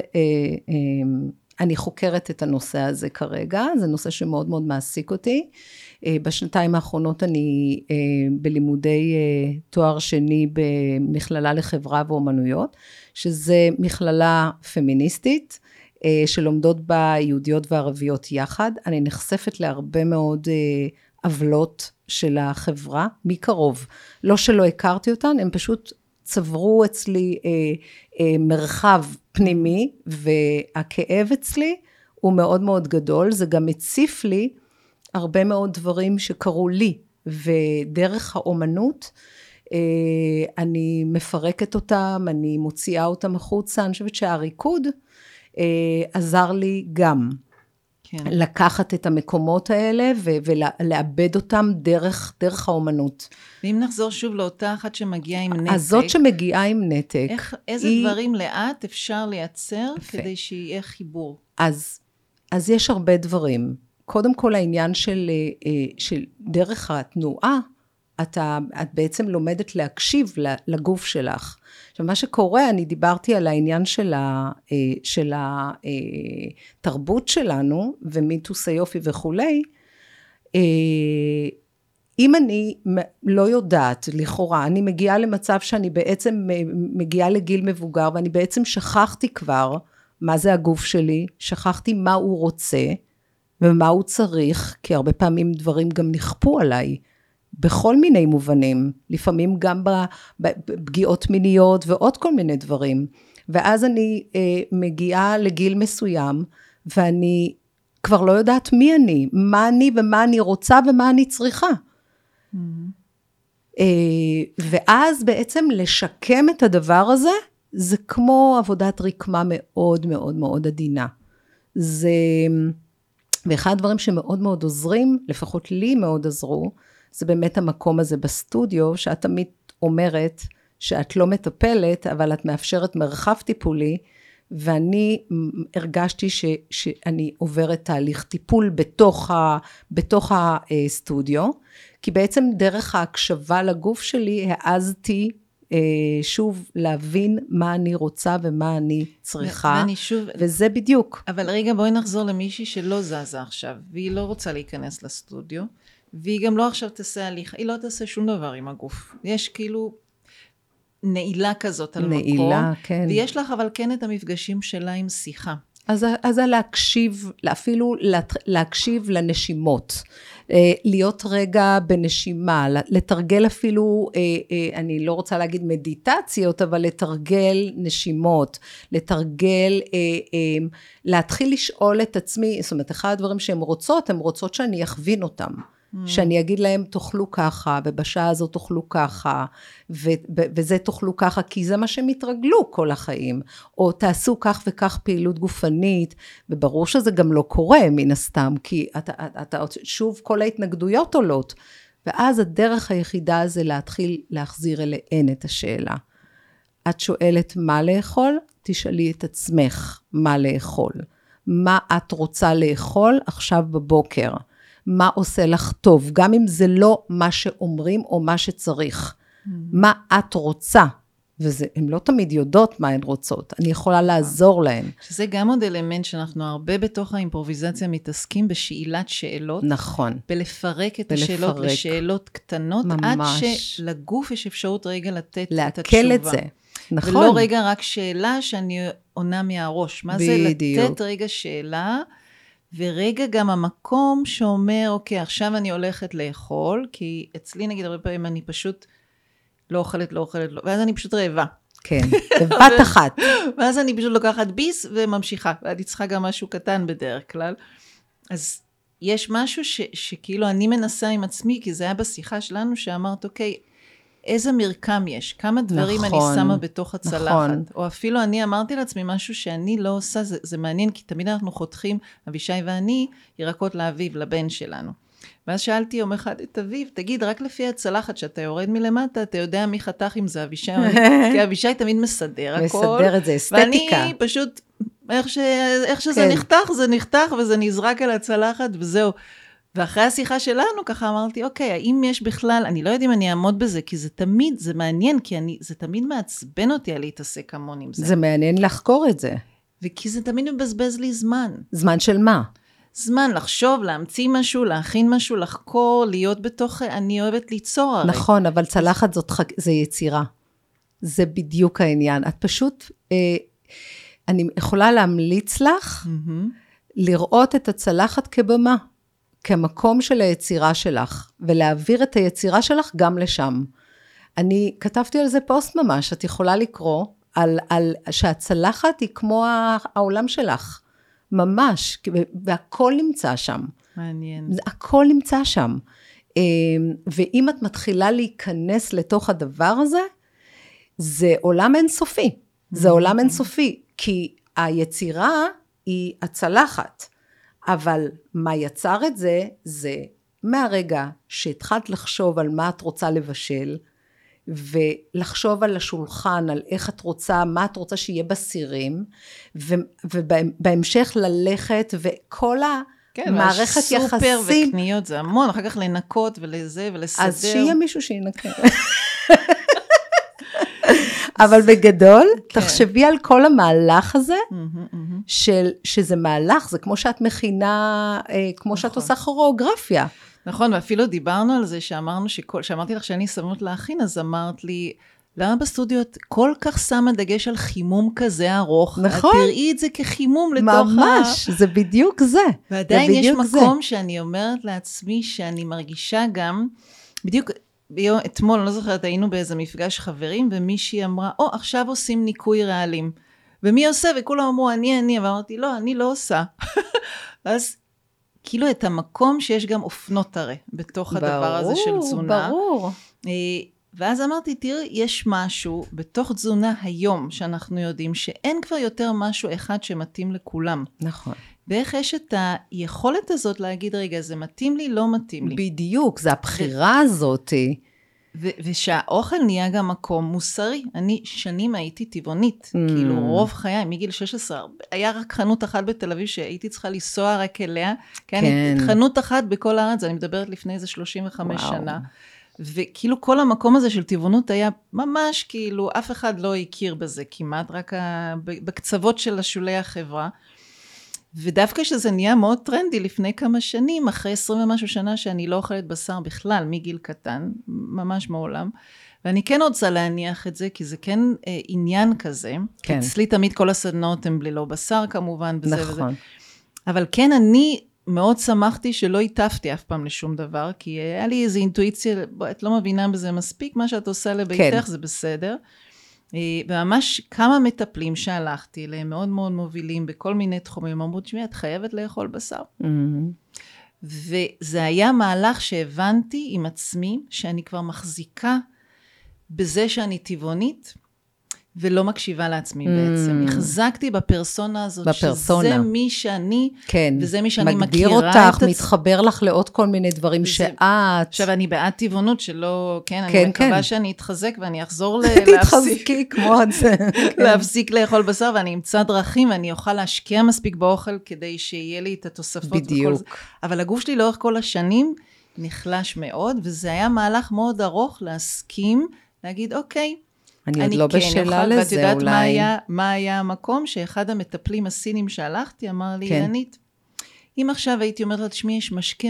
אני חוקרת את הנושא הזה כרגע, זה נושא שמאוד מאוד מעסיק אותי, בשנתיים האחרונות אני בלימודי תואר שני במכללה לחברה ואומנויות, שזה מכללה פמיניסטית, שלומדות בה יהודיות וערביות יחד, אני נחשפת להרבה מאוד עוולות של החברה, מקרוב, לא שלא הכרתי אותן, הם פשוט צברו אצלי מרחב פנימי, והכאב אצלי הוא מאוד מאוד גדול, זה גם הציף לי הרבה מאוד דברים שקרו לי, ודרך האומנות, אני מפרקת אותם, אני מוציאה אותם החוצה, אני חושבת שהריקוד עזר לי גם, כן. לקחת את המקומות האלה, ולאבד אותם דרך האומנות. ואם נחזור שוב לאותה אחת שמגיעה עם נתק. אז זאת שמגיעה עם נתק. איזה דברים לאט אפשר לייצר, כדי שיהיה חיבור? אז יש הרבה דברים. קודם כל העניין של דרך התנועה, את בעצם לומדת להקשיב לגוף שלך. עכשיו, מה שקורה, אני דיברתי על העניין של התרבות שלנו, ומיתוס היופי וכולי, אם אני לא יודעת, לכאורה, אני מגיעה למצב שאני בעצם מגיעה לגיל מבוגר, ואני בעצם שכחתי כבר מה זה הגוף שלי, שכחתי מה הוא רוצה, ומה הוא צריך, כי הרבה פעמים דברים גם נכפו עליי, בכל מיני מובנים, לפעמים גם בפגיעות מיניות ועוד כל מיני דברים, ואז אני מגיעה לגיל מסוים, ואני כבר לא יודעת מי אני, מה אני ומה אני רוצה ומה אני צריכה. ואז בעצם לשקם את הדבר הזה, זה כמו עבודת רקמה מאוד מאוד מאוד עדינה. זה ואחד הדברים שמאוד מאוד עוזרים, לפחות לי מאוד עזרו, זה באמת המקום הזה בסטודיו, שאת תמיד אומרת שאת לא מטפלת, אבל את מאפשרת מרחב טיפולי, ואני הרגשתי שאני עוברת תהליך טיפול בתוך הסטודיו, כי בעצם דרך ההקשבה לגוף שלי, העזתי שוב להבין מה אני רוצה ומה אני צריכה, וזה בדיוק. אבל רגע, בואי נחזור למישהי שלא זזה עכשיו, והיא לא רוצה להיכנס לסטודיו, והיא גם לא עכשיו תעשה הליך, היא לא תעשה שום דבר עם הגוף. יש כאילו נעילה כזאת על נעילה, מקום, כן. ויש לך אבל כן את המפגשים שלה עם שיחה. אז להקשיב, אפילו להקשיב לנשימות, להיות רגע בנשימה, לתרגל אפילו, אני לא רוצה להגיד מדיטציות, אבל לתרגל נשימות, לתרגל, להתחיל לשאול את עצמי, זאת אומרת, אחד הדברים שהן רוצות שאני אכווין אותם. שאני אגיד להם תאכלו ככה, ובשעה הזאת תאכלו ככה, וזה תאכלו ככה, כי זה מה שהם התרגלו כל החיים, או תעשו כך וכך פעילות גופנית, וברור שזה גם לא קורה מן הסתם, כי אתה שוב כל ההתנגדויות עולות, ואז הדרך היחידה זה להתחיל להחזיר אליהן את השאלה. את שואלת מה לאכול, תשאלי את עצמך מה לאכול. מה את רוצה לאכול עכשיו בבוקר? מה עושה לך טוב, גם אם זה לא מה שאומרים או מה שצריך. מה את רוצה, והן לא תמיד יודעות מה הן רוצות, אני יכולה לעזור להן. שזה גם עוד אלמנט שאנחנו הרבה בתוך האימפרוביזציה מתעסקים בשאלת שאלות. נכון. בלפרק את השאלות לשאלות קטנות, ממש. עד שלגוף יש אפשרות רגע לתת את התשובה. להקל את זה, נכון. ולא רגע רק שאלה שאני עונה מהראש. מה זה לתת רגע שאלה, ורגע גם המקום שאומר, אוקיי, עכשיו אני הולכת לאכול, כי אצלי נגיד הרבה פעמים אני פשוט לא אוכלת, ואז אני פשוט רעבה. כן, בבת אחת. ואז אני פשוט לוקחת ביס וממשיכה, ואני צריכה גם משהו קטן בדרך כלל. אז יש משהו שכאילו אני מנסה עם עצמי, כי זה היה בשיחה שלנו שאמרת, אוקיי, איזה מרקם יש, כמה דברים אני שמה בתוך הצלחת, או אפילו אני אמרתי לעצמי משהו שאני לא עושה, זה מעניין, כי תמיד אנחנו חותכים, אבישי ואני, ירקות לאביב, לבן שלנו. ואז שאלתי יום אחד את אביב, תגיד, רק לפי הצלחת שאתה יורד מלמטה, אתה יודע מי חתך אם זה אבישי, כי אבישי תמיד מסדר הכל. מסדר את זה, אסתטיקה. ואני פשוט, איך שזה נחתך, זה נחתך, וזה נזרק על הצלחת, וזהו. ואחרי השיחה שלנו, ככה אמרתי, אוקיי, האם יש בכלל, אני לא יודעת אם אני אעמוד בזה, כי זה תמיד, זה מעניין, כי זה תמיד מעצבן אותי על להתעסק המון עם זה. זה מעניין לחקור את זה. וכי זה תמיד מבזבז לי זמן. זמן של מה? זמן לחשוב, להמציא משהו, להכין משהו, לחקור, להיות בתוך, אני אוהבת ליצור הרי. נכון, אבל צלחת זה יצירה. זה בדיוק העניין. את פשוט, אני יכולה להמליץ לך, לראות את הצלחת כבמה. כמקום של היצירה שלך, ולהעביר את היצירה שלך גם לשם. אני כתבתי על זה פוסט ממש, את יכולה לקרוא, על שהצלחת היא כמו העולם שלך, ממש, והכל נמצא שם. מעניין. הכל נמצא שם. ואם את מתחילה להיכנס לתוך הדבר הזה, זה עולם אינסופי. זה עולם אינסופי, כי היצירה היא הצלחת. אבל מה יצר את זה, זה מהרגע שהתחלת לחשוב על מה את רוצה לבשל, ולחשוב על השולחן, על איך את רוצה, מה את רוצה שיהיה בסירים, ובהמשך ללכת, וכל המערכת יחסים. סופר וקניות זה המון, אחר כך לנקות ולזה ולסדר. אז שיהיה מישהו שינקה. אבל בגדול, תחשבי על כל המהלך הזה, שזה מהלך, זה כמו שאת מכינה, כמו שאת עושה כוריאוגרפיה. נכון, ואפילו דיברנו על זה, שאמרתי לך שאני סבלנות להכין, אז אמרת לי, למה בסטודיו את כל כך שמה דגש על חימום כזה ארוך? נכון. תראי את זה כחימום לתוך ממש, זה בדיוק זה. ועדיין יש מקום שאני אומרת לעצמי, שאני מרגישה גם, בדיוק, אתמול, אני לא זוכרת, היינו באיזה מפגש חברים, ומישהי אמרה, עכשיו עושים ניקוי רעלים. ומי עושה? וכולם אמרו, אני, ואמרתי, לא, אני לא עושה. אז כאילו את המקום שיש גם אופנות הרי, בתוך הדבר הזה של תזונה. ברור. ואז אמרתי, תראי, יש משהו בתוך תזונה היום, שאנחנו יודעים שאין כבר יותר משהו אחד שמתאים לכולם. נכון. ואיך יש את היכולת הזאת להגיד, רגע, זה מתאים לי, לא מתאים לי. בדיוק, זה הבחירה הזאת. ושהאוכל נהיה גם מקום מוסרי. אני שנים הייתי טבעונית, כאילו רוב חיי, מגיל 16, היה רק חנות אחת בתל אביב שהייתי צריכה לנסוע רק אליה, כן. חנות אחת בכל הארץ, אני מדברת לפני איזה 35 שנה, וכאילו כל המקום הזה של טבעונות היה ממש כאילו, אף אחד לא הכיר בזה כמעט, רק בקצוות של השולי החברה, ודווקא שזה נהיה מאוד טרנדי לפני כמה שנים, אחרי 20 ומשהו שנה שאני לא אוכלת בשר בכלל, מגיל קטן, ממש מעולם, ואני כן רוצה להניח את זה, כי זה כן עניין כזה, כן. אצלי תמיד כל הסדנאות הן בלי לא בשר כמובן, וזה נכון. וזה. אבל כן אני מאוד שמחתי שלא התאפתי אף פעם לשום דבר, כי היה לי איזו אינטואיציה, את לא מבינה בזה מספיק, מה שאת עושה לביתך כן. זה בסדר, וממש כמה מטפלים שהלכתי אליהם, מאוד מאוד מובילים בכל מיני תחומים, אמרו, תשמעי, את חייבת לאכול בשר. וזה היה מהלך שהבנתי עם עצמי, שאני כבר מחזיקה בזה שאני טבעונית, ולא מקשיבה לעצמי בעצם. החזקתי בפרסונה הזאת, שזה מי שאני, כן. וזה מי שאני מגדיר מכירה אותך, מתחבר לך לעוד כל מיני דברים שאת. עכשיו, אני בעד טבעונות שלא, כן, אני מקווה שאני אתחזק, ואני אחזור תתחזקי כמו את זה. להפסיק לאכול בשר, ואני אמצא דרכים, ואני אוכל להשקיע מספיק באוכל, כדי שיהיה לי את התוספות. בדיוק. אבל הגוף שלי לאורך כל השנים, נחלש מאוד, וזה היה מהלך מאוד ארוך, להסכים, להגיד, אוקיי, אני עוד לא בשאלה לזה, ואת יודעת מה היה המקום, שאחד המטפלים הסינים שהלכתי, אמר לי, ילנית, אם עכשיו הייתי אומרת לה, תשמעי, יש משקה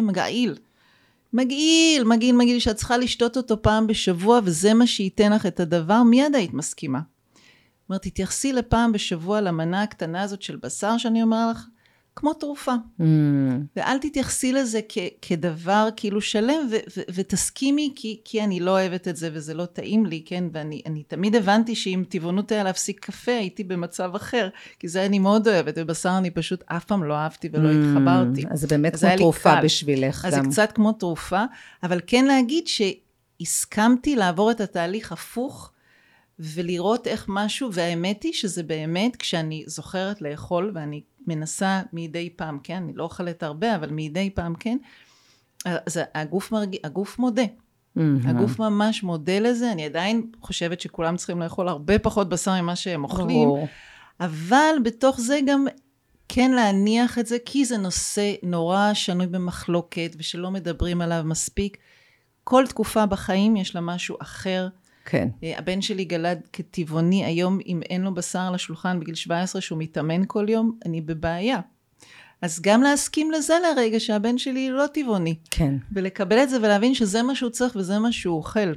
מגעיל, שאת צריכה לשתות אותו פעם בשבוע, וזה מה שייתן לך את הדבר, מיד היית מסכימה. אומרת, תתייחסי לפעם בשבוע, למנה הקטנה הזאת של בשר, שאני אומר לך, כמו תרופה. ואל תתייחסי לזה כדבר כאילו שלם, ותסכימי, כי אני לא אוהבת את זה, וזה לא טעים לי, כן? ואני תמיד הבנתי שאם טבעונות היה להפסיק קפה, הייתי במצב אחר, כי זה אני מאוד אוהבת, ובשר אני פשוט אף פעם לא אהבתי ולא התחברתי. אז זה באמת כמו תרופה בשבילך. אז זה קצת כמו תרופה, אבל כן להגיד שהסכמתי לעבור את התהליך הפוך, ולראות איך משהו, והאמת היא שזה באמת, כשאני זוכרת לאכול, ואני מנסה מדי פעם, כן, אני לא אוכלת הרבה, אבל מדי פעם, כן, אז הגוף מודה. הגוף ממש מודה לזה, אני עדיין חושבת שכולם צריכים לאכול הרבה פחות בשר ממה שהם אוכלים, אבל בתוך זה גם כן להניח את זה, כי זה נושא נורא שנוי במחלוקת, ושלא מדברים עליו מספיק. כל תקופה בחיים יש לה משהו אחר, כן. הבן שלי גלד כטבעוני, היום אם אין לו בשר על השולחן בגיל 17 שהוא מתאמן כל יום, אני בבעיה. אז גם להסכים לזה לרגע שהבן שלי לא טבעוני. כן. ולקבל את זה ולהבין שזה מה שהוא צריך וזה מה שהוא אוכל.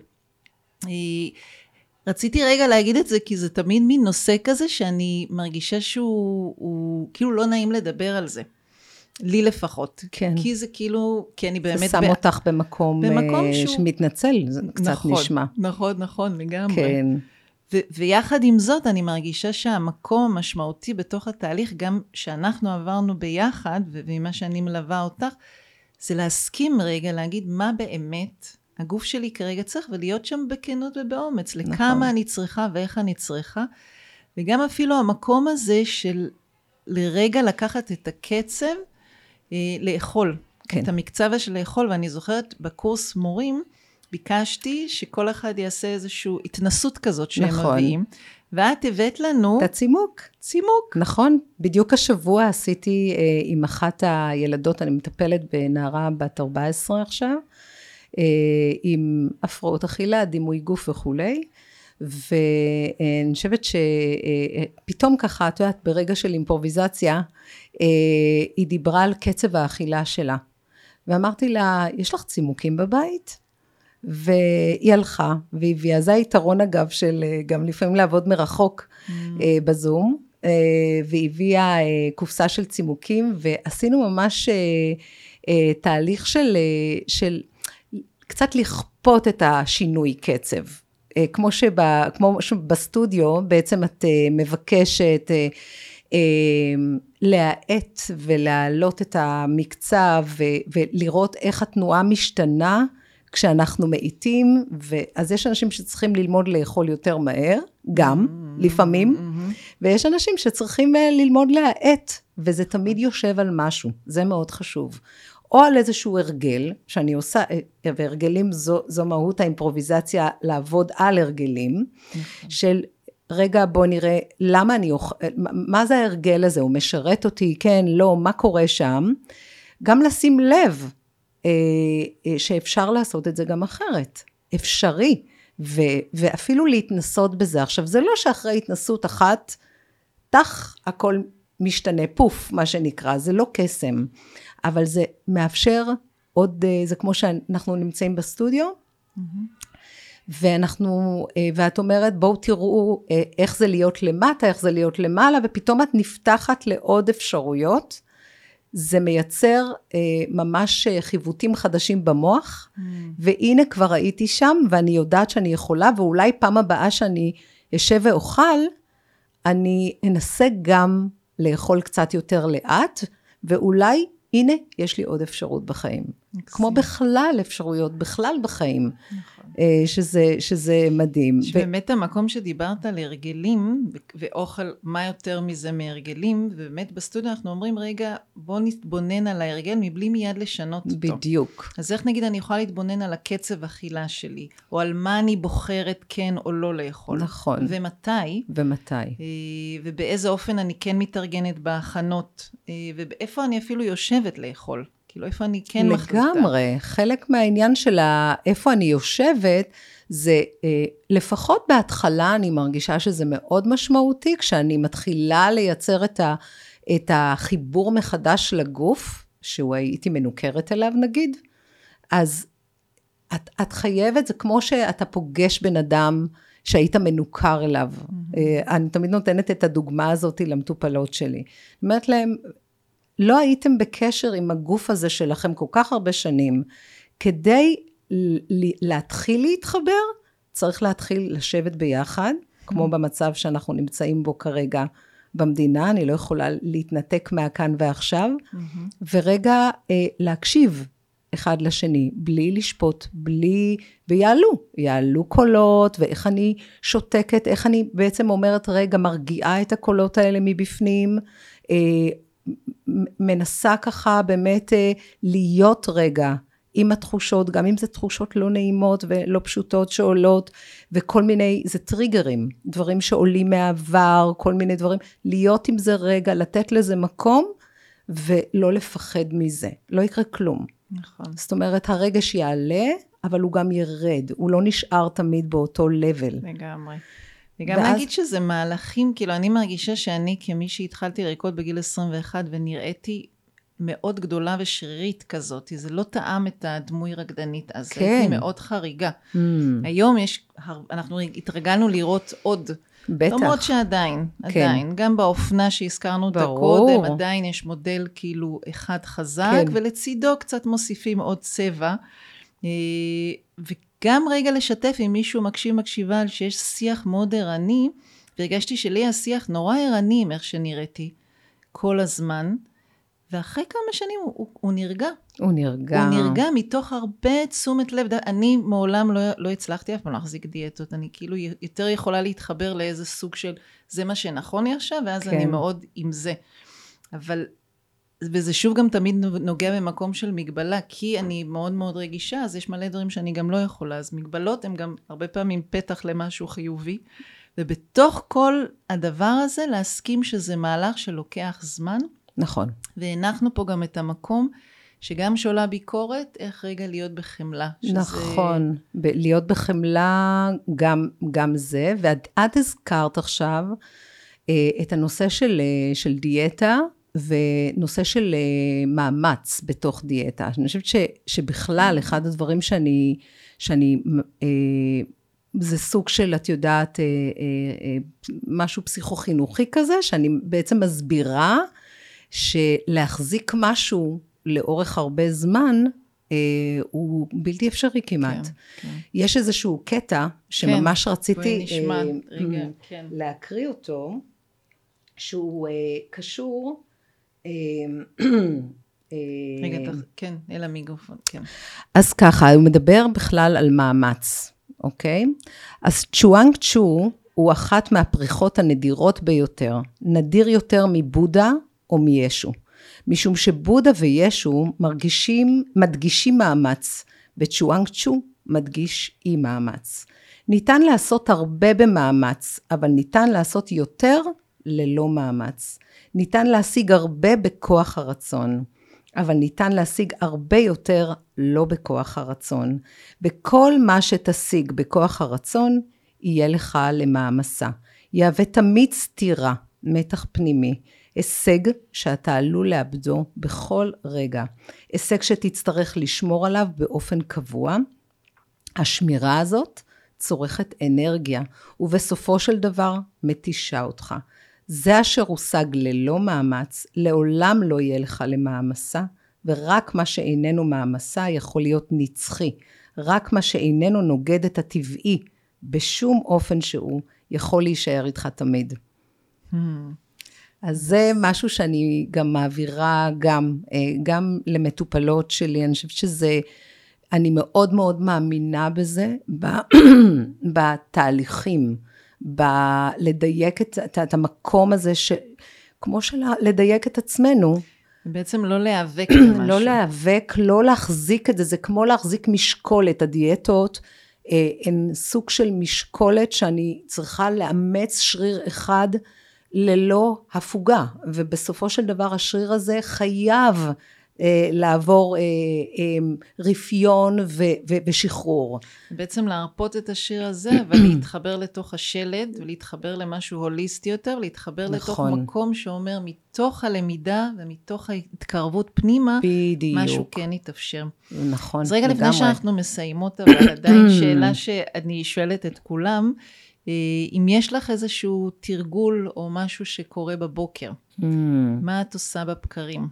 רציתי רגע להגיד את זה כי זה תמיד מין נושא כזה שאני מרגישה שהוא כאילו לא נעים לדבר על זה. לי לפחות. כן. כי זה כאילו, כי אני באמת... זה שם אותך במקום שמתנצל, זה קצת נשמע. נכון, לגמרי. כן. ויחד עם זאת, אני מרגישה שהמקום המשמעותי בתוך התהליך, גם שאנחנו עברנו ביחד, וממה שאני מלווה אותך, זה להסכים רגע, להגיד מה באמת הגוף שלי כרגע צריך, ולהיות שם בכנות ובאומץ, לכמה אני צריכה ואיך אני צריכה, וגם אפילו המקום הזה של לרגע לקחת את הקצב, לאכול, כן. את המקצב של לאכול, ואני זוכרת בקורס מורים, ביקשתי שכל אחד יעשה איזושהי התנסות כזאת שהם נכון. מביאים, ואת הבאת לנו... את הצימוק. צימוק. נכון, בדיוק השבוע עשיתי עם אחת הילדות, אני מטפלת בנערה בת 14 עכשיו, עם הפרעות אכילה, דימוי גוף וכולי, ואני חושבת שפתאום ככה, את יודעת, ברגע של אימפרוביזציה, היא דיברה על קצב האכילה שלה. ואמרתי לה, יש לך צימוקים בבית? והיא הלכה, והביאה, זה היתרון אגב של גם לפעמים לעבוד מרחוק בזום, והביאה קופסה של צימוקים, ועשינו ממש תהליך של קצת לכפות את השינוי קצב. כמו שבסטודיו בעצם את מבקשת להאט ולהעלות את המקצב ולראות איך התנועה משתנה כשאנחנו מאיטים, אז יש אנשים שצריכים ללמוד לאכול יותר מהר, גם לפעמים, ויש אנשים שצריכים ללמוד להעט, וזה תמיד יושב על משהו, זה מאוד חשוב. או על איזשהו הרגל, שאני עושה, והרגלים זו מהות האימפרוביזציה, לעבוד על הרגלים, של רגע בוא נראה, למה אני אוכל, מה זה ההרגל הזה, הוא משרת אותי, כן, לא, מה קורה שם, גם לשים לב, שאפשר לעשות את זה גם אחרת, אפשרי, ואפילו להתנסות בזה. עכשיו, זה לא שאחרי התנסות אחת, הכל משתנה, פוף, מה שנקרא, זה לא קסם, אבל זה מאפשר עוד, זה כמו שאנחנו נמצאים בסטודיו, ואת אומרת, בואו תראו איך זה להיות למטה, איך זה להיות למעלה, ופתאום את נפתחת לעוד אפשרויות, זה מייצר ממש חיווטים חדשים במוח, והנה כבר הייתי שם, ואני יודעת שאני יכולה, ואולי פעם הבאה שאני אשב ואוכל, אני אנסה גם לאכול קצת יותר לאט, ואולי, הנה, יש לי עוד אפשרות בחיים. כמו בכלל אפשרויות, בכלל בחיים. שזה מדהים. שבאמת המקום שדיברת על הרגלים, ואוכל, מה יותר מזה מהרגלים, ובאמת בסטודיו אנחנו אומרים, רגע, בוא נתבונן על ההרגל, מבלי מיד לשנות אותו. בדיוק. אז איך נגיד, אני יכולה להתבונן על הקצב אכילה שלי, או על מה אני בוחרת כן או לא לאכול. נכון. ומתי. ובאיזה אופן אני כן מתארגנת בהכנות, ובאיפה אני אפילו יושבת לאכול. כאילו, איפה אני כן מחליטה. לגמרי, חלק מהעניין של איפה אני יושבת, זה לפחות בהתחלה אני מרגישה שזה מאוד משמעותי, כשאני מתחילה לייצר את החיבור מחדש לגוף, שהוא הייתי מנוכרת אליו נגיד, אז את חייבת, זה כמו שאתה פוגש בן אדם שהיית מנוכר אליו. אני תמיד נותנת את הדוגמה הזאת למטופלות שלי. אני אומרת להם, לא הייתם בקשר עם הגוף הזה שלכם כל כך הרבה שנים, כדי להתחיל להתחבר, צריך להתחיל לשבת ביחד, כמו במצב שאנחנו נמצאים בו כרגע במדינה, אני לא יכולה להתנתק מהכאן ועכשיו, ורגע להקשיב אחד לשני, בלי לשפוט, ויעלו קולות, ואיך אני שותקת, איך אני בעצם אומרת, רגע, מרגיעה את הקולות האלה מבפנים, מנסה ככה באמת להיות רגע עם התחושות, גם אם זה תחושות לא נעימות ולא פשוטות שעולות, וכל מיני, זה טריגרים, דברים שעולים מהעבר, כל מיני דברים, להיות עם זה רגע, לתת לזה מקום, ולא לפחד מזה, לא יקרה כלום. נכון. זאת אומרת, הרגש יעלה, אבל הוא גם ירד, הוא לא נשאר תמיד באותו לבל. לגמרי. וגם להגיד שזה מהלכים, כאילו אני מרגישה שאני כמי שהתחלתי לרקוד בגיל 21 ונראיתי מאוד גדולה ושרירית כזאת, זה לא טעם את הדמוי רקדנית, אז הייתי מאוד חריגה. היום אנחנו התרגלנו לראות עוד, בטח. למרות שעדיין, גם באופנה שהזכרנו אותה קודם, עדיין יש מודל כאילו אחד חזק, ולצידו קצת מוסיפים עוד צבע, גם רגע לשתף עם מישהו מקשיבה על שיש שיח מאוד ערני, והרגשתי שלי השיח נורא ערני עם איך שנראיתי כל הזמן, ואחרי כמה שנים הוא נרגע. הוא נרגע. הוא נרגע מתוך הרבה תשומת לב. אני מעולם לא הצלחתי אף פעם להחזיק דיאטות, אני כאילו יותר יכולה להתחבר לאיזה סוג של, זה מה שנכון לי עכשיו, ואז אני מאוד עם זה. אבל וזה שוב גם תמיד נוגע במקום של מגבלה, כי אני מאוד מאוד רגישה, אז יש מלא דברים שאני גם לא יכולה, אז מגבלות הן גם הרבה פעמים פתח למשהו חיובי, ובתוך כל הדבר הזה להסכים שזה מהלך שלוקח זמן. נכון. והנחנו פה גם את המקום, שגם שעולה ביקורת, איך רגע להיות בחמלה. נכון, להיות בחמלה גם זה, ואת הזכרת עכשיו את הנושא של דיאטה, ונושא של מאמץ בתוך דיאטה. אני חושבת שבכלל, אחד הדברים שאני זה סוג של, את יודעת, משהו פסיכו-חינוכי כזה, שאני בעצם מסבירה, שלהחזיק משהו לאורך הרבה זמן, הוא בלתי אפשרי כמעט. כן, כן. יש איזשהו קטע, שממש רציתי להקריא אותו, שהוא קשור, רגע, כן, אל המיקרופון, כן. אז ככה, הוא מדבר בכלל על מאמץ, אוקיי? אז צ'ואנג צ'ו, הוא אחת מהפריחות הנדירות ביותר, נדיר יותר מבודה או מישו, משום שבודה וישו מדגישים מאמץ, וצ'ואנג צ'ו מדגיש אי מאמץ. ניתן לעשות הרבה במאמץ, אבל ניתן לעשות יותר ללא מאמץ. ניתן להשיג הרבה בכוח הרצון, אבל ניתן להשיג הרבה יותר לא בכוח הרצון. וכל מה שתשיג בכוח הרצון, יהיה לך למאמסה. יהווה תמיד סתירה, מתח פנימי, הישג שאתה עלול לאבדו בכל רגע. הישג שתצטרך לשמור עליו באופן קבוע. השמירה הזאת צורכת אנרגיה, ובסופו של דבר מתישה אותך. זה אשר הושג ללא מאמץ, לעולם לא יהיה לך למאמסה, ורק מה שאיננו מאמסה יכול להיות נצחי. רק מה שאיננו נוגד את הטבעי, בשום אופן שהוא, יכול להישאר איתך תמיד. אז זה משהו שאני גם מעבירה גם למטופלות שלי, אני חושבת שזה, אני מאוד מאוד מאמינה בזה, בתהליכים, לדייק את המקום הזה, כמו לדייק את עצמנו. בעצם לא להיאבק במשהו. לא להיאבק, לא להחזיק את זה, זה כמו להחזיק משקולת, הדיאטות, הן סוג של משקולת שאני צריכה לאמץ שריר אחד ללא הפוגה, ובסופו של דבר השריר הזה חייב לעבור רפיון ושחרור. בעצם להרפות את השריר הזה, אבל להתחבר לתוך השלד, ולהתחבר למשהו הוליסטי יותר, להתחבר לתוך מקום שאומר מתוך הלמידה, ומתוך ההתקרבות פנימה, משהו כן יתאפשר. נכון. אז רגע לפני שאנחנו מסיימות, אבל עדיין שאלה שאני שואלת את כולם, אם יש לך איזשהו תרגול, או משהו שקורה בבוקר, מה את עושה בבקרים?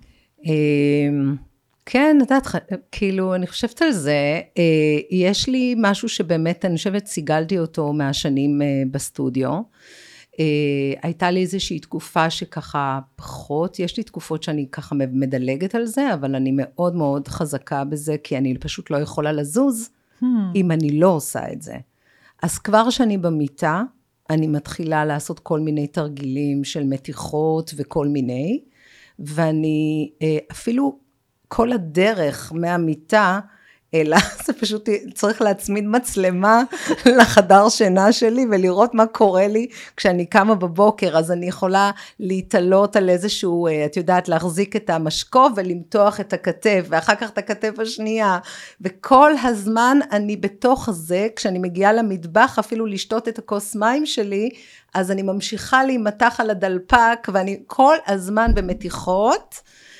כן, כאילו, אני חושבת על זה, יש לי משהו שבאמת, אני חושבת, סיגלתי אותו מהשנים בסטודיו, הייתה לי איזושהי תקופה שככה פחות, יש לי תקופות שאני ככה מדלגת על זה, אבל אני מאוד מאוד חזקה בזה, כי אני פשוט לא יכולה לזוז, אם אני לא עושה את זה. אז כבר שאני במיטה, אני מתחילה לעשות כל מיני תרגילים של מתיחות וכל מיני, ואני אפילו כל הדרך מהמיטה, אלא זה פשוט צריך להצמיד מצלמה לחדר שינה שלי, ולראות מה קורה לי כשאני קמה בבוקר, אז אני יכולה להתעלות על איזשהו, את יודעת, להחזיק את המשקוף ולמתוח את הכתף, ואחר כך את הכתף השנייה, וכל הזמן אני בתוך זה, כשאני מגיעה למטבח, אפילו לשתות את הכוס מים שלי, אז אני ממשיכה להימתח על הדלפק, ואני כל הזמן במתיחות,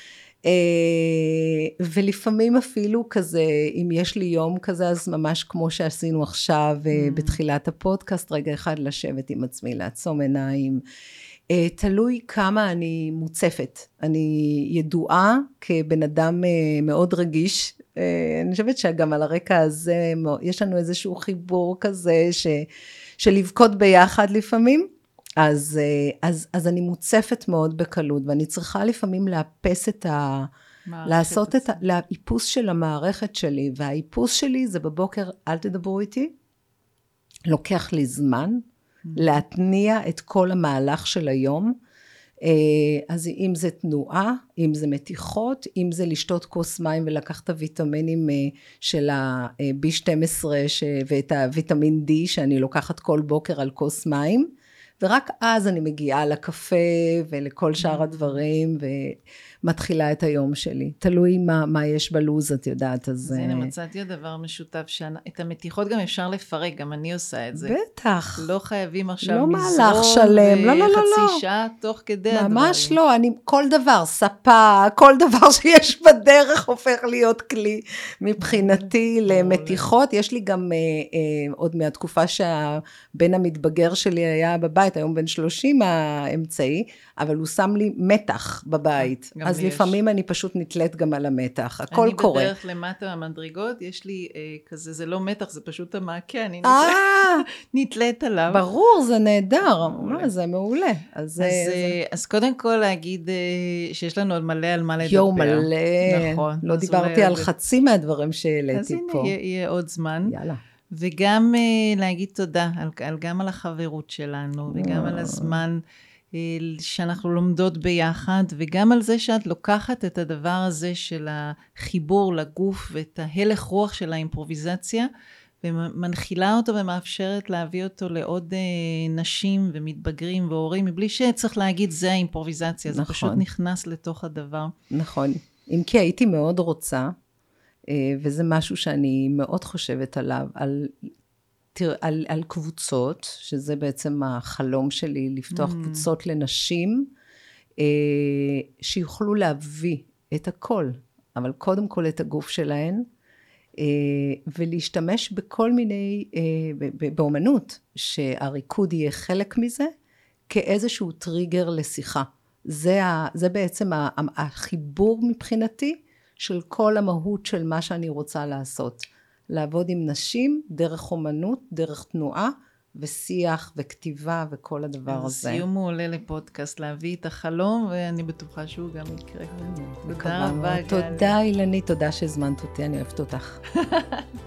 ולפעמים אפילו כזה, אם יש לי יום כזה, אז ממש כמו שעשינו עכשיו בתחילת הפודקאסט, רגע אחד לשבת עם עצמי, לעצום עיניים, תלוי כמה אני מוצפת, אני ידועה כבן אדם מאוד רגיש, אני חושבת שגם על הרקע הזה, יש לנו איזשהו חיבור כזה, של לבכות ביחד לפעמים, אז אני מוצפת מאוד בקלות, ואני צריכה לפעמים לאפס לעשות את האיפוס של המערכת שלי, והאיפוס שלי זה בבוקר, אל תדברו איתי, לוקח לי זמן, להתניע את כל המהלך של היום, אז אם זה תנועה, אם זה מתיחות, אם זה לשתות כוס מים ולקח את הוויטמינים של ה-B12 ואת הוויטמין D שאני לוקחת כל בוקר על כוס מים, ורק אז אני מגיעה לקפה ולכל שאר הדברים, ומתחילה את היום שלי. תלוי מה יש בלוז, את יודעת. אז הנה, מצאתי הדבר משותף, את המתיחות גם אפשר לפרק, גם אני עושה את זה. בטח. לא חייבים עכשיו לא מהלך שלם, לא. וחצי שעה תוך כדי הדברים. ממש לא, כל דבר, ספה, כל דבר שיש בדרך הופך להיות כלי מבחינתי למתיחות. יש לי גם עוד מהתקופה שהבן המתבגר שלי היה בבית, היום בן 30 האמצעי, אבל הוא שם לי מתח בבית. אז לפעמים אני פשוט נתלית גם על המתח, הכל קורה. אני בדרך למטה המדרגות, יש לי כזה, זה לא מתח, זה פשוט המעקה, אני נתלית עליו. ברור, זה נהדר, זה מעולה. אז קודם כל להגיד שיש לנו עוד מלא על מה לדבר. יו מלא, לא דיברתי על חצי מהדברים שהעליתי פה. אז הנה, יהיה עוד זמן. יאללה. וגם להגיד תודה, גם על החברות שלנו, וגם על הזמן שאנחנו לומדות ביחד, וגם על זה שאת לוקחת את הדבר הזה של החיבור לגוף, ואת ההלך רוח של האימפרוביזציה, ומנחילה אותו ומאפשרת להביא אותו לעוד נשים ומתבגרים והורים, מבלי שצריך להגיד זה האימפרוביזציה, זה פשוט נכנס לתוך הדבר. נכון, אם כי הייתי מאוד רוצה, וזה משהו שאני מאוד חושבת עליו, על קבוצות, שזה בעצם החלום שלי, לפתוח קבוצות לנשים, שיוכלו להביא את הכל, אבל קודם כל את הגוף שלהן, ולהשתמש בכל מיני, באומנות, שהריקוד יהיה חלק מזה, כאיזשהו טריגר לשיחה. זה בעצם החיבור מבחינתי, של כל המהות של מה שאני רוצה לעשות. לעבוד עם נשים, דרך אומנות, דרך תנועה, ושיח וכתיבה וכל הדבר הזה. סיום הוא עולה לפודקאסט, להביא את החלום, ואני בטוחה שהוא גם יקרה. תודה רבה. תודה אילנית, תודה שהזמנת אותי, אני אוהבת אותך.